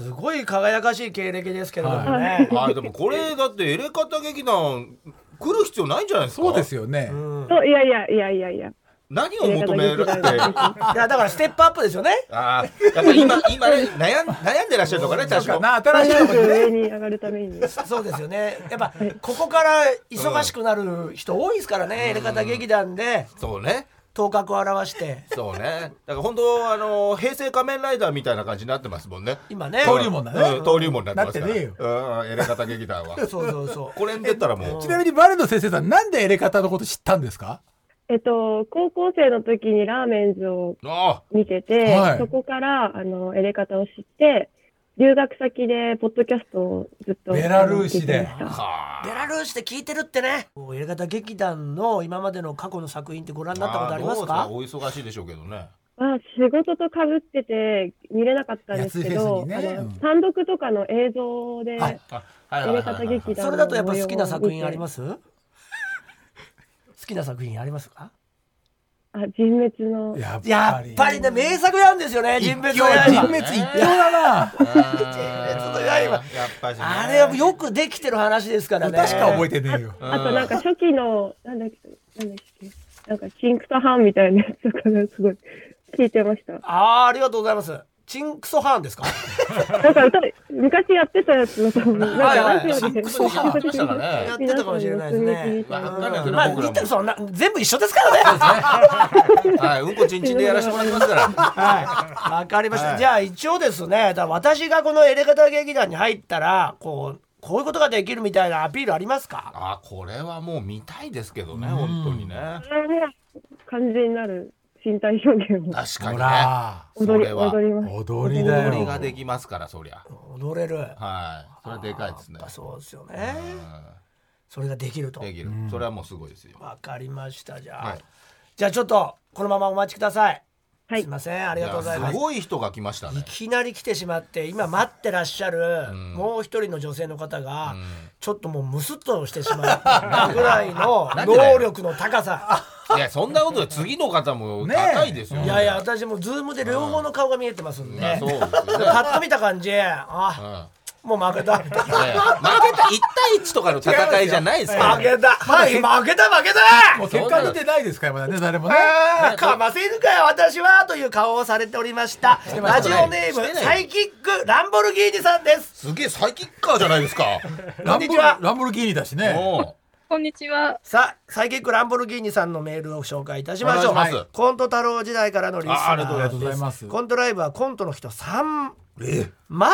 すごい輝かしい経歴ですけれどもね、 はい、でもこれだってエレカタ劇団来る必要ないんじゃないですか。 そうですよね、 うん、いやいやいやいやいや何を求められていやだからステップアップですよね。 あやっぱり今今悩ん悩んでらっしゃるのかね。確かな新しいところに上に上がるためにそうですよね。やっぱここから忙しくなる人多いですからね、うん、エレカタ劇団でそうね頭角を現してそうね。だから本当あの平成仮面ライダーみたいな感じになってますもんね今ね。 登竜門だね、 うん、登竜門になってますからなってねえよ、 うん、エレカタ劇団はそうそうそうこれに出たらもう。 ちなみにバレエの先生さんなんでエレカタのこと知ったんですか？ えっと高校生の時にラーメンズを見てて、はい、そこからあのエレカタを知って留学先でポッドキャストをずっとベラルーシでベラルーシで聞いてるってね。エレカタ劇団の今までの過去の作品ってご覧になったことありますか？ お忙しいでしょうけどね。 あ仕事と被ってて見れなかったんですけど、ね、あの単独とかの映像でエレカタ劇団のそれだとやっぱ好きな作品あります？好きな作品ありますか？ あ人滅のやっぱり、やっぱりね名作なんですよね。人滅の刃人滅一強だな。 人滅の刃やっぱり、ね、あれはよくできてる話ですからね。 確か覚えてねえよ。 あ, あとなんか初期のなんだっけなんだっけなんかチンクタハンみたいなやつとかがすごい聞いてました。 あーありがとうございます。チンクソハーンですか？ なんか歌昔やってたやつの多分なんかラジオでチンクソハーンやってましたからね。 やってたかもしれないですね。まあ似てるそんな全部一緒ですからね。 はい、うんこちんちんでやらせてもらいますから。 はい、わかりました。じゃあ一応ですね、だ私がこのエレカタ劇団に入ったらこうこういうことができるみたいなアピールありますか？ あこれはもう見たいですけどね本当にね。 完全になる。身体表現を確かにね踊り踊ります踊りだよ。 踊りができますからそりゃ踊れる。 はいそれはでかいですね。 そうですよね。それができるとできるそれはもうすごいですよ。 わかりました。じゃあ、はい、じゃあちょっとこのままお待ちください。はい、すいませんありがとうございます。 すごい人が来ましたね。 いきなり来てしまって今待ってらっしゃる、うん、もう一人の女性の方が、うん、ちょっともうムスッとしてしまうぐらいの能力の高さ。 いやそんなことで次の方も高いですよ、ね、 いやいや私もズームで両方の顔が見えてますんで、うん、 そうですよね、 パッと見た感じあ、うん、もう負けた負けたいち対いちとかの戦いじゃないですか、 ね、負けたはい負けた負けたもう結果出てないですからまだね誰もねかませるかよ私はという顔をされておりました。ラジオネームサイキックランボルギーニさんです。 すげえサイキッカーじゃないですか。 こんにちは。ランボルギーニだしね。 こんにちは。 さあサイキックランボルギーニさんのメールを紹介いたしましょう。はい、コント太郎時代からのリスナーです。 ありがとうございます。 コントライブはコントの人さんまで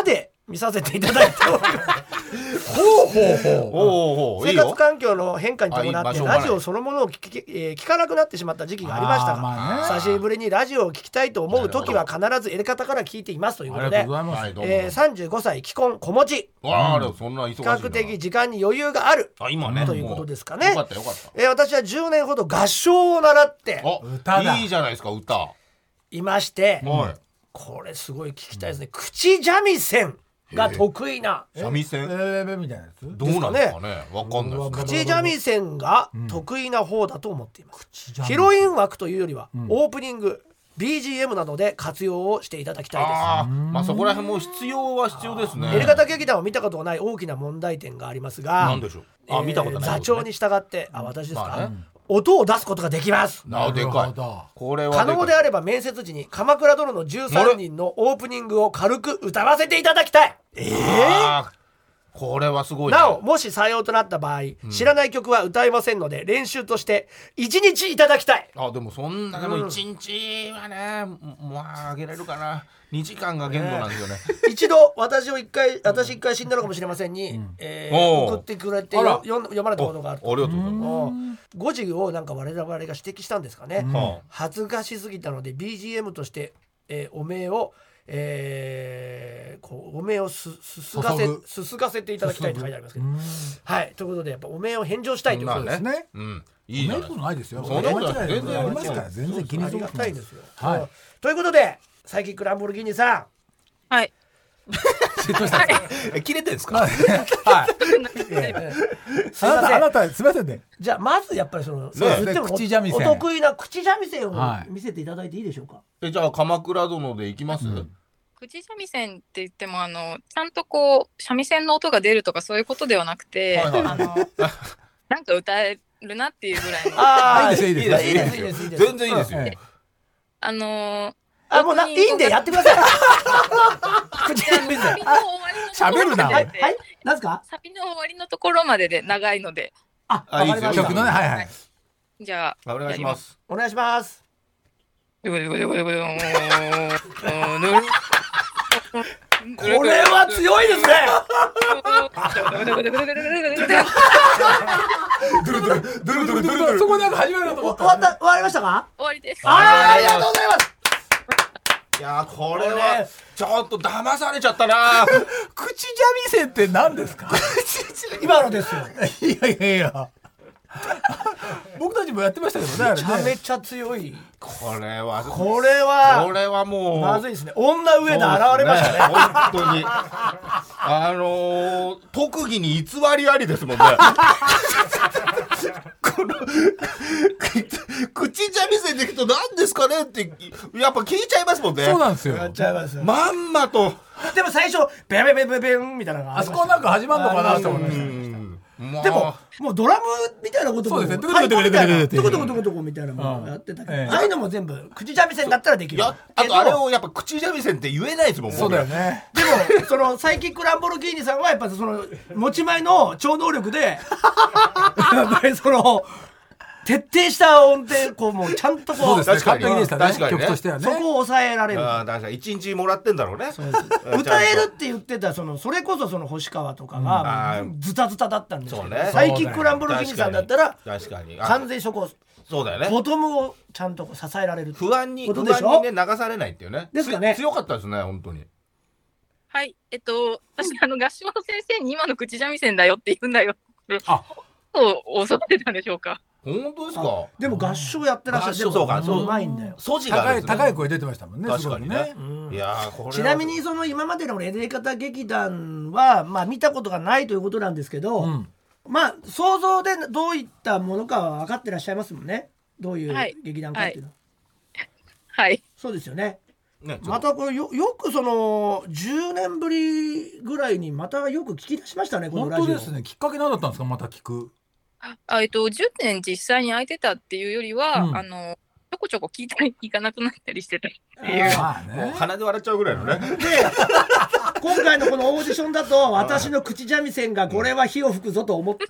見させていただいておりますほうほうほう生活環境の変化に伴ってラジオそのものを聞き、えー、聞かなくなってしまった時期がありましたが、まあね、久しぶりにラジオを聞きたいと思う時は必ずエレカタから聞いていますということで、えー、さんじゅうごさい既婚子持ち、うん、比較的時間に余裕があるあ今、ね、ということですかね。よかったよかった、えー、私はじゅうねんほど合唱を習って歌だいいじゃないですか歌いまして、うん、これすごい聞きたいですね、うん、口三味線が得意な三味線、えー、みたいなやつどうなんですかね、わかんないです。 口三味線が得意な方だと思っています、うん、ヒロイン枠というよりは、うん、オープニング ビージーエム などで活用をしていただきたいです。 あ、まあ、そこら辺も必要は必要ですね。 エレガタ劇団を見たことがない大きな問題点がありますが、 なんでしょう、あ、見たことない、 座長に従ってあ私ですか、まあね、音を出すことができます。 なでかい。これは可能であれば面接時に鎌倉殿のじゅうさんにんのオープニングを軽く歌わせていただきたい。 えー、これはすごい、ね、 なおもし採用となった場合、うん、知らない曲は歌えませんので練習としていちにちいただきたい。 あでもそんなでもいちにちはね、うん、まああげられるかな。にじかんが限度なんですよね、 えー、一度私を一回私一回死んだのかもしれませんに、うん、えー、送ってくれてよ読まれたことがあると。 ありがとうございます。 ごじをなんか我々が指摘したんですかね、うん、恥ずかしすぎたので ビージーエム として、えー、お名を、えー、こうお名をすすがせすすがせていただきたいと書いてありますけど、はい、ということでやっぱお名を返上したいということですね、 ね、うん、いいじゃないですか。ないですよ。 そんなことない全然ありますから全然気にしなくていいですよ、 はい、 ということでサイキックランボルギーニさん、 はい切れてんですか。はい。 すみません。 あなたすみませんね。 じゃあまずやっぱりその口三味線お得意な口三味線を見せていただいていいでしょうか。 えじゃあ鎌倉殿でいきます。 口三味線って言ってもあのちゃんとこう三味線の音が出るとかそういうことではなくて、あのなんか歌えるなっていうぐらいの。 ああいいですいいですいいですいいです全然いいですよ。 あのあもうないいんでやってください。口三味線。 喋るな。 はいはい。なんすか。 サビの終わりのところまでで長いので。 あ、わかりました。 曲のねはいはい。 じゃあお願いします。 お願いします。これは強いですね。 そこなんか始まるかと思った。 終わった終わりましたか。 終わりです。 ありがとうございます。 いやこれはちょっと騙されちゃったな。 口三味線って何ですか。 今のですよ。 いやいやいや。僕たちもやってましたけどね。 めちゃめちゃ強い。 これはこれはこれはもうまずいですね。女上で現れましたね。 本当にあのー、特技に偽りありですもんね。この口三味線で聞くと何ですかねってやっぱ聞いちゃいますもんね。 そうなんですよ。 やっちゃいますよ。 まんまと。 でも最初ベベベベベンみたいなのがあ, あそこなんか始まるのかなと思いました。 でももうドラムみたいなこともそうですね。 太鼓みたいなトコトコトコトコみたいなのもやってたけど、ああいうのも全部口三味線だったらできる。 あとあれをやっぱ口三味線って言えないですもん。 そうだよね。 でもそのサイキックランボルギーニさんはやっぱその持ち前の超能力でやっぱりその徹底した音程こうもうちゃんとこうそうですね。完璧でしたね。 確かにね。 曲としてはね。 そこを抑えられる。 ああ確かに一日もらってんだろうね。 歌えるって言ってたそのそれこそその星川とかがズタズタだったんですけど、 ね、 サイキックランボルギーニさんだったら確かに完全そこそうだよね。 ボトムをちゃんと支えられる不安に不安にね流されないっていうね。 ですかね。 強かったですね本当に。 はいえっと私あの合唱の先生に今の口三味線だよって言うんだよ。 あ、 そう教わってたんでしょうか。 本当ですか。 でも合唱やってらっしゃる。 そうかそううまいんだよ。 素地が高い高い声出てましたもんね。 確かにね。いやこれちなみにその今までのエレカタ劇団はまあ見たことがないということなんですけど、うん、まあ想像でどういったものかは分かってらっしゃいますもんね。どういう劇団かっていうの。 はい。はい、 そうですよね。ねまたこれ よ, よくそのじゅうねんぶりぐらいにまたよく聞き出しましたねこのラジオ。 本当ですね。きっかけ何だったんですかまた聞く。 あえっと、じゅうねん実際に空いてたっていうよりは、うん、あのちょこちょこ聞いたり聞かなくなったりしてたっていう、 まあね、鼻で笑っちゃうぐらいのね。で今回のこのオーディションだと私の口三味線がこれは火を吹くぞと思っ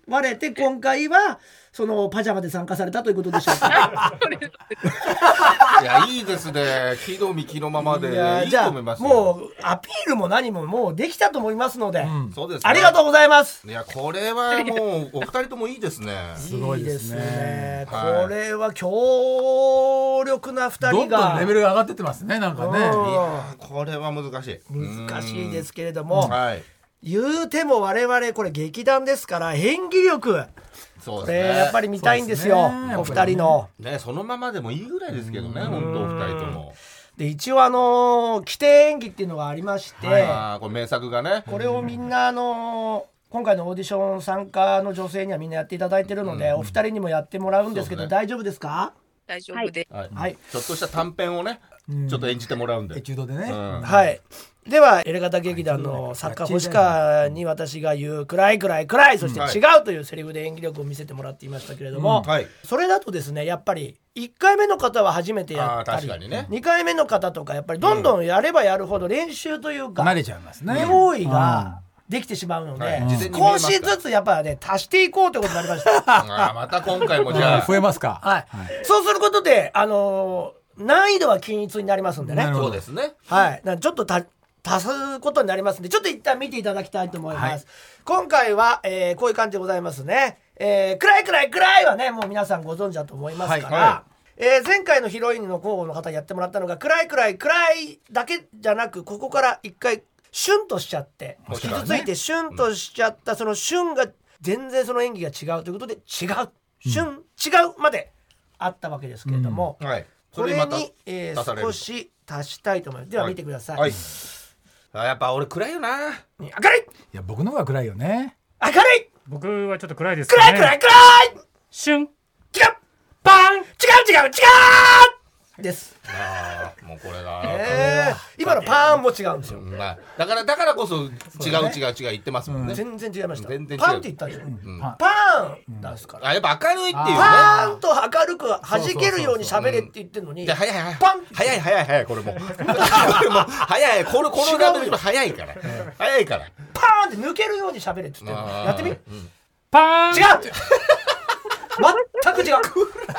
割れて今回はそのパジャマで参加されたということでしょうか。 いやいいですね。木の実木のままでいいと思いますよ。 もうアピールも何ももうできたと思いますので、うん、 そうですね、 ありがとうございます。 いやこれはもうお二人ともいいですね。 すごいですね。はい、これは強力な二人がどんどんレベルが上がってってますね。なんかね。いやこれは難しい。 難しいですけれども、はい、言うても我々これ劇団ですから演技力。そうですね、これやっぱり見たいんですよ、ね、お二人の、 ね、そのままでもいいぐらいですけどね、本当お二人とも。 で一応あのー、規定演技っていうのがありまして、はい、 あこれ名作がね、 これをみんなあのー、今回のオーディション参加の女性にはみんなやっていただいてるので、うん、お二人にもやってもらうんですけど、ね、大丈夫ですか？ 大丈夫で、 はいはい、ちょっとした短編をね、うん、ちょっと演じてもらうんで、 エチュードでね、 うん、はい。ではエレガタ劇団の作家星川に私が言う暗い暗い暗いそして違うというセリフで演技力を見せてもらっていましたけれども、うんはい、それだとですねやっぱりいっかいめの方は初めてやったり、ね、にかいめの方とかやっぱりどんどんやればやるほど練習というか、 慣れちゃいますね、 用意ができてしまうので、はい、少しずつやっぱね足していこうということになりましたあまた今回もじゃあ増えますか、 はいはい、そうすることであのー、難易度は均一になりますんでね。 そうですね、 はい、ちょっとた足すことになりますのでちょっと一旦見ていただきたいと思います、はい、今回は、えー、こういう感じでございますね、えー、暗い暗い暗いはねもう皆さんご存知だと思いますから、はい、えー、前回のヒロインの候補の方にやってもらったのが暗い暗い暗いだけじゃなくここから一回シュンとしちゃって傷ついてシュンとしちゃったそのシュンが全然その演技が違うということで違うシュン、うん、違うまであったわけですけれども、 うんはい、 これに、えー、少し足したいと思います。では見てください、 はいはい、あやっぱ俺暗いよな。 明るい。いや僕の方が暗いよね。 明るい。 僕はちょっと暗いですね。 暗い暗い暗い。 シュン。違う。 パン。違う違う違うです。 あもうこれが、 えー、今のパーンも違うんですよ、 まあ、だからだからこそ違う違う違う言ってますもんね、 うん、全然違いました。 全然違うパンって言ったでしょ、うん、パーンなんですから、 あやっぱ明るいっていうね。 パーンと明るく弾けるように喋れって言ってるのに、 早い早いパン早い早い早いこれもこれも早いこのこの画面早いから早いからパーンって抜けるように喋れって言ってるのやってみ、うん、 パーン違う全く違う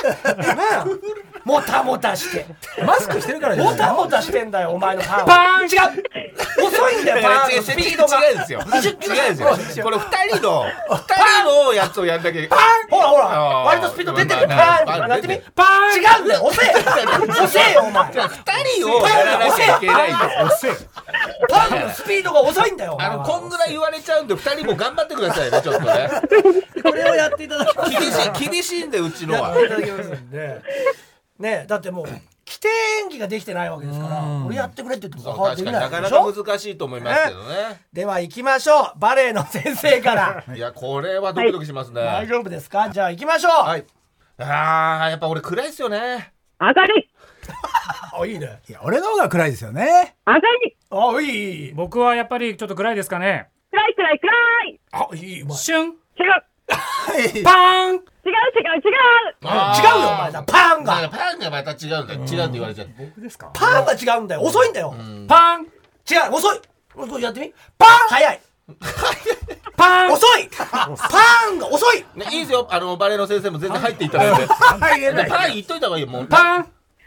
もたもたしてマスクしてるからじゃないもたもたしてんだよお前のパンパーン違う遅いんだよパーンのスピードが違うんですよ違うんですよこれ二人の二人のやつをやんだけパーンほらほら割とスピード出てるパーンやってみパーン違うんだよ遅え遅えよお前二人をやらなきゃいけないんだ遅えパーンのスピードが遅いんだよあのこんぐらい言われちゃうんで二人も頑張ってくださいねちょっとねこれをやっていただきます厳しい厳しいんでうちのはやっていただきますんでねだってもう規定演技ができてないわけですから俺やってくれって言っても確かになかなか難しいと思いますけどね、ねでは行きましょうバレエの先生からいやこれはドキドキしますね、 はい、大丈夫ですかじゃあ行きましょう、 はい、あーやっぱ俺暗いっすよね。 明るいあいいね。 いや俺の方が暗いですよね。 明るいあいい。 僕はやっぱりちょっと暗いですかね。 暗い暗い暗いあいい。 シュン違うパーン違う違う違う違う違うよお前だパンがパンがまた違うんだよ違うって言われちゃって僕ですかパンが違うんだよ遅いんだよパン違う遅いやってみパン早いパン遅いパンが遅いねいいですよあのバレエの先生も全然入っていただいてパン言っといた方がいいよもうパン違う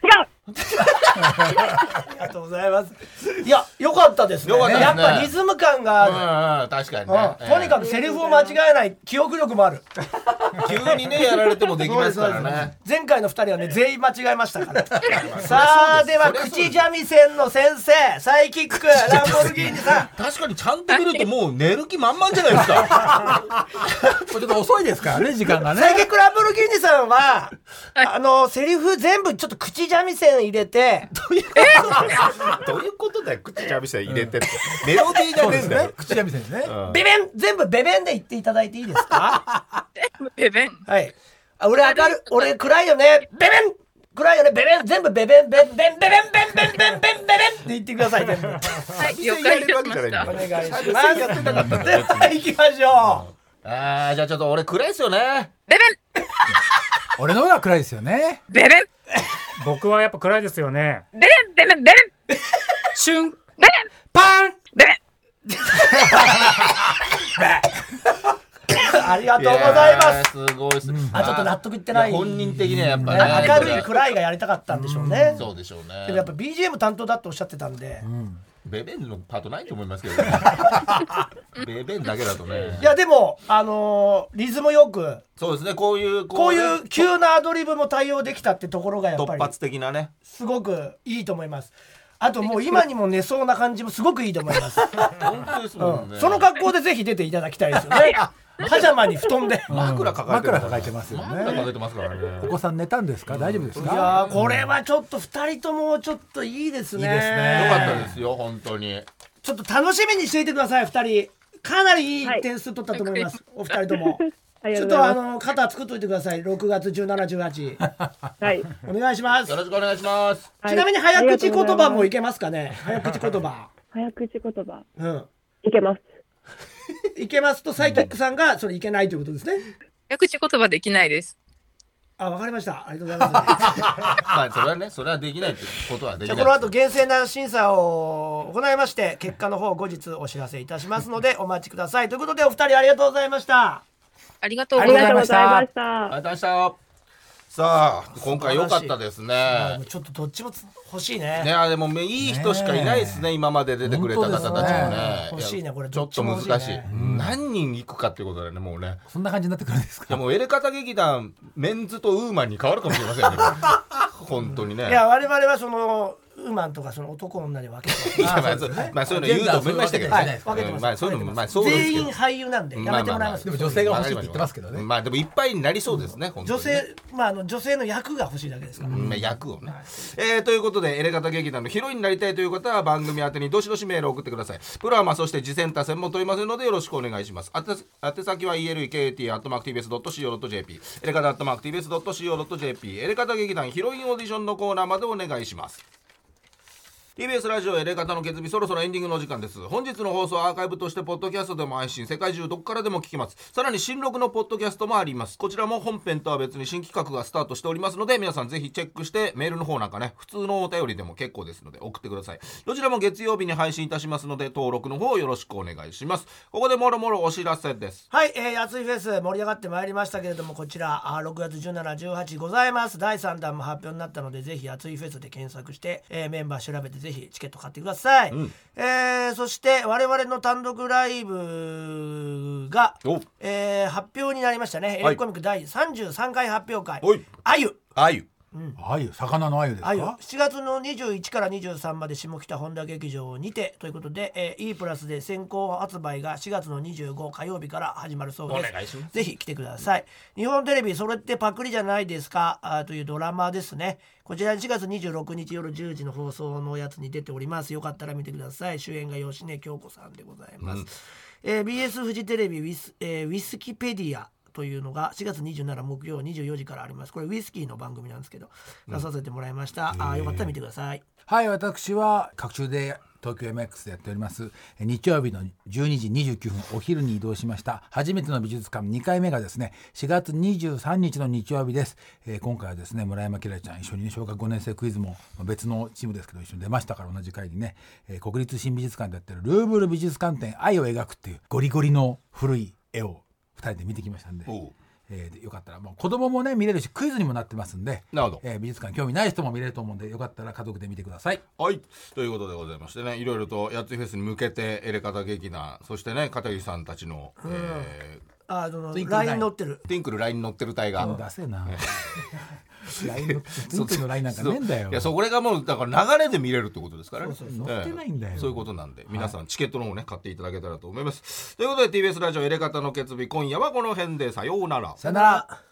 ありがとうございます。いや、良かったですね。 ねやっぱリズム感がある。 うんうん、確かにね、 うん。とにかくセリフを間違えない記憶力もある。 急にねやられてもできますからね。 前回のふたりはね全員間違えましたから。さあでは口三味線の先生サイキックランボルギーニさん。 確かにちゃんと見るともう寝る気満々じゃないですか。 ちょっと遅いですからね時間がね。 サイキックランボルギーニさんはあのセリフ全部ちょっと口三味線入れて。 どういうどういうことだよ口三味線入れてって、うん、メロディーが出るんだよ口三味線ですね、 うん、ベベン全部ベベンで言っていただいていいですかベベンはいあ俺明る俺暗いよねベベン暗いよねベベン全部ベベンベンベンベベンベンベンベンベンベンベベンって言ってください全部はい了解いたしましたお願いしますでは行きましょう、うん、あーじゃあちょっと俺暗いっすよねベベン俺の方が暗いですよねベベン僕はやっぱ暗いですよね。 ベレンベレンベレンシュンベレンパンベレンあありがとうございます。 すごいです、うん、 あちょっと納得いってない。 本人的にはやっぱね、 明るい暗いがやりたかったんでしょうね、 うん、そうでしょうね。 でもやっぱ ビージーエム 担当だっておっしゃってたんで、うん、 ベベンのパートないと思いますけどねベベンだけだとね。 いやでもあのー、リズムよく、 そうですね、こういうこういう急なアドリブも対応できたってところがやっぱり突発的なね、 すごくいいと思います。あともう今にも寝そうな感じもすごくいいと思います本当ですもんね、 うん、その格好でぜひ出ていただきたいですよねパジャマに布団で枕抱えてる、 枕抱えてますよね。 枕抱えてますからね。 お子さん寝たんですか、大丈夫ですか。 いやこれはちょっとふたりともちょっといいですね。 いいですね、 よかったですよ本当に。 ちょっと楽しみにしていてください。ふたりかなりいい点数取ったと思います、はい、お二人ともちょっとあの肩作っといてください。ろくがつじゅうしち、じゅうはちはいお願いします。 よろしくお願いします、 はい、ちなみに早口言葉もいけますかね。早口言葉早口言葉、 うん、 いけますいけますとサイキックさんがそれいけないということですね。 早口言葉できないです。 あ、わかりました。ありがとうございます。 まあそれはね、それはできないってことはできない。 じゃあこの後厳正な審査を行いまして結果の方後日お知らせいたしますのでお待ちください。ということでお二人ありがとうございました。 ありがとうございました。 ありがとうございました。さあ今回良かったですね。 ちょっとどっちも欲しいね。 ね、でもいい人しかいないですね、今まで出てくれた方たちもね。 欲しいねこれ。 ちょっと難しい。何人行くかっていうことだよね、もうね。 そんな感じになってくるんですか。 いやもうエレカタ劇団メンズとウーマンに変わるかもしれませんね本当にね。 いや我々はそのウーマンとかその男女で分けて、 まあそういうの言うと思いましたけどね。 分けてます。 まあそういうのまあそうですけど。 全員俳優なんでやめてもらいます。 でも女性が欲しいって言ってますけどね。 まあでもいっぱいになりそうですね。 女性まああの女性の役が欲しいだけですから。 まあ役をね。えということでエレガタ劇団のヒロインになりたいという方は番組宛てにどしどしメールを送ってください。プロアマそして次戦他戦も問いませんのでよろしくお願いします。宛先は イーエルイケーティー アットマーク ティービーエス ドット シーオー ドット ジェーピー エレガタ アットマーク ティービーエス ドット シーオー ドット ジェーピー エレガタ劇団ヒロインオーディションのコーナーまでお願いします。ティービーエス ラジオエレガタの決日、そろそろエンディングの時間です。本日の放送はアーカイブとしてポッドキャストでも配信、世界中どこからでも聞きます。さらに新録のポッドキャストもあります。こちらも本編とは別に新企画がスタートしておりますので皆さんぜひチェックしてメールの方なんかね普通のお便りでも結構ですので送ってください。どちらも月曜日に配信いたしますので登録の方よろしくお願いします。ここでもろもろお知らせです。 はい、えー、熱いフェス盛り上がってまいりましたけれどもこちらあろくがつじゅうしち、じゅうはちございます。だいさんだんも発表になったのでぜひ熱いフェスで検索して、えー、メンバー調べてぜひチケット買ってください。うん、えー、そして我々の単独ライブが、えー、発表になりましたね。エレコミックだいさんじゅうさんかい発表会あゆあゆうん、あゆ魚のあゆですか。 しちがつのにじゅういちからにじゅうさんまで下北本田劇場にてということで、えー、E プラスで先行発売がしがつのにじゅうご火曜日から始まるそうです。 お願いします。 ぜひ来てください。日本テレビそれってパクリじゃないですかあというドラマですね。こちらしがつにじゅうろくにち夜じゅうじの放送のやつに出ております。よかったら見てください。主演が吉根京子さんでございます。うんえー、ビーエス フジテレビウィス、えー、ウィスキペディアというのがしがつにじゅうしち木曜にじゅうよじからあります。これウイスキーの番組なんですけど出させてもらいました、うん、あよかったら見てください。 はい、私は各週で東京 エムエックス でやっております日曜日のじゅうにじにじゅうきゅうふんお昼に移動しました初めての美術館にかいめがですねしがつにじゅうさんにちの日曜日です、えー、今回はですね村山輝星ちゃん一緒に、ね、小学ごねん生クイズも別のチームですけど一緒に出ましたから同じ回にね、えー、国立新美術館でやってるルーブル美術館展愛を描くっていうゴリゴリの古い絵をふたりで見てきましたんでえー、よかったらもう子供もね見れるしクイズにもなってますんでなるほど、 えー、美術館興味ない人も見れると思うんでよかったら家族で見てください。 はいということでございましてねいろいろとやついフェスに向けてエレカタ劇団そしてね片桐さんたちの、うんえー、 あのライン乗ってるティンクルライン乗ってる隊が出せなラインのティンクルのラインなんかねえんだよ。 いやそこれがもうだから流れで見れるってことですからね。 そうそうそう乗ってないんだよ、 えー、そういうことなんで皆さんチケットの方ね買っていただけたらと思います。ということで ティービーエス ラジオエレカタの決日今夜はこの辺でさようなら。 さよなら。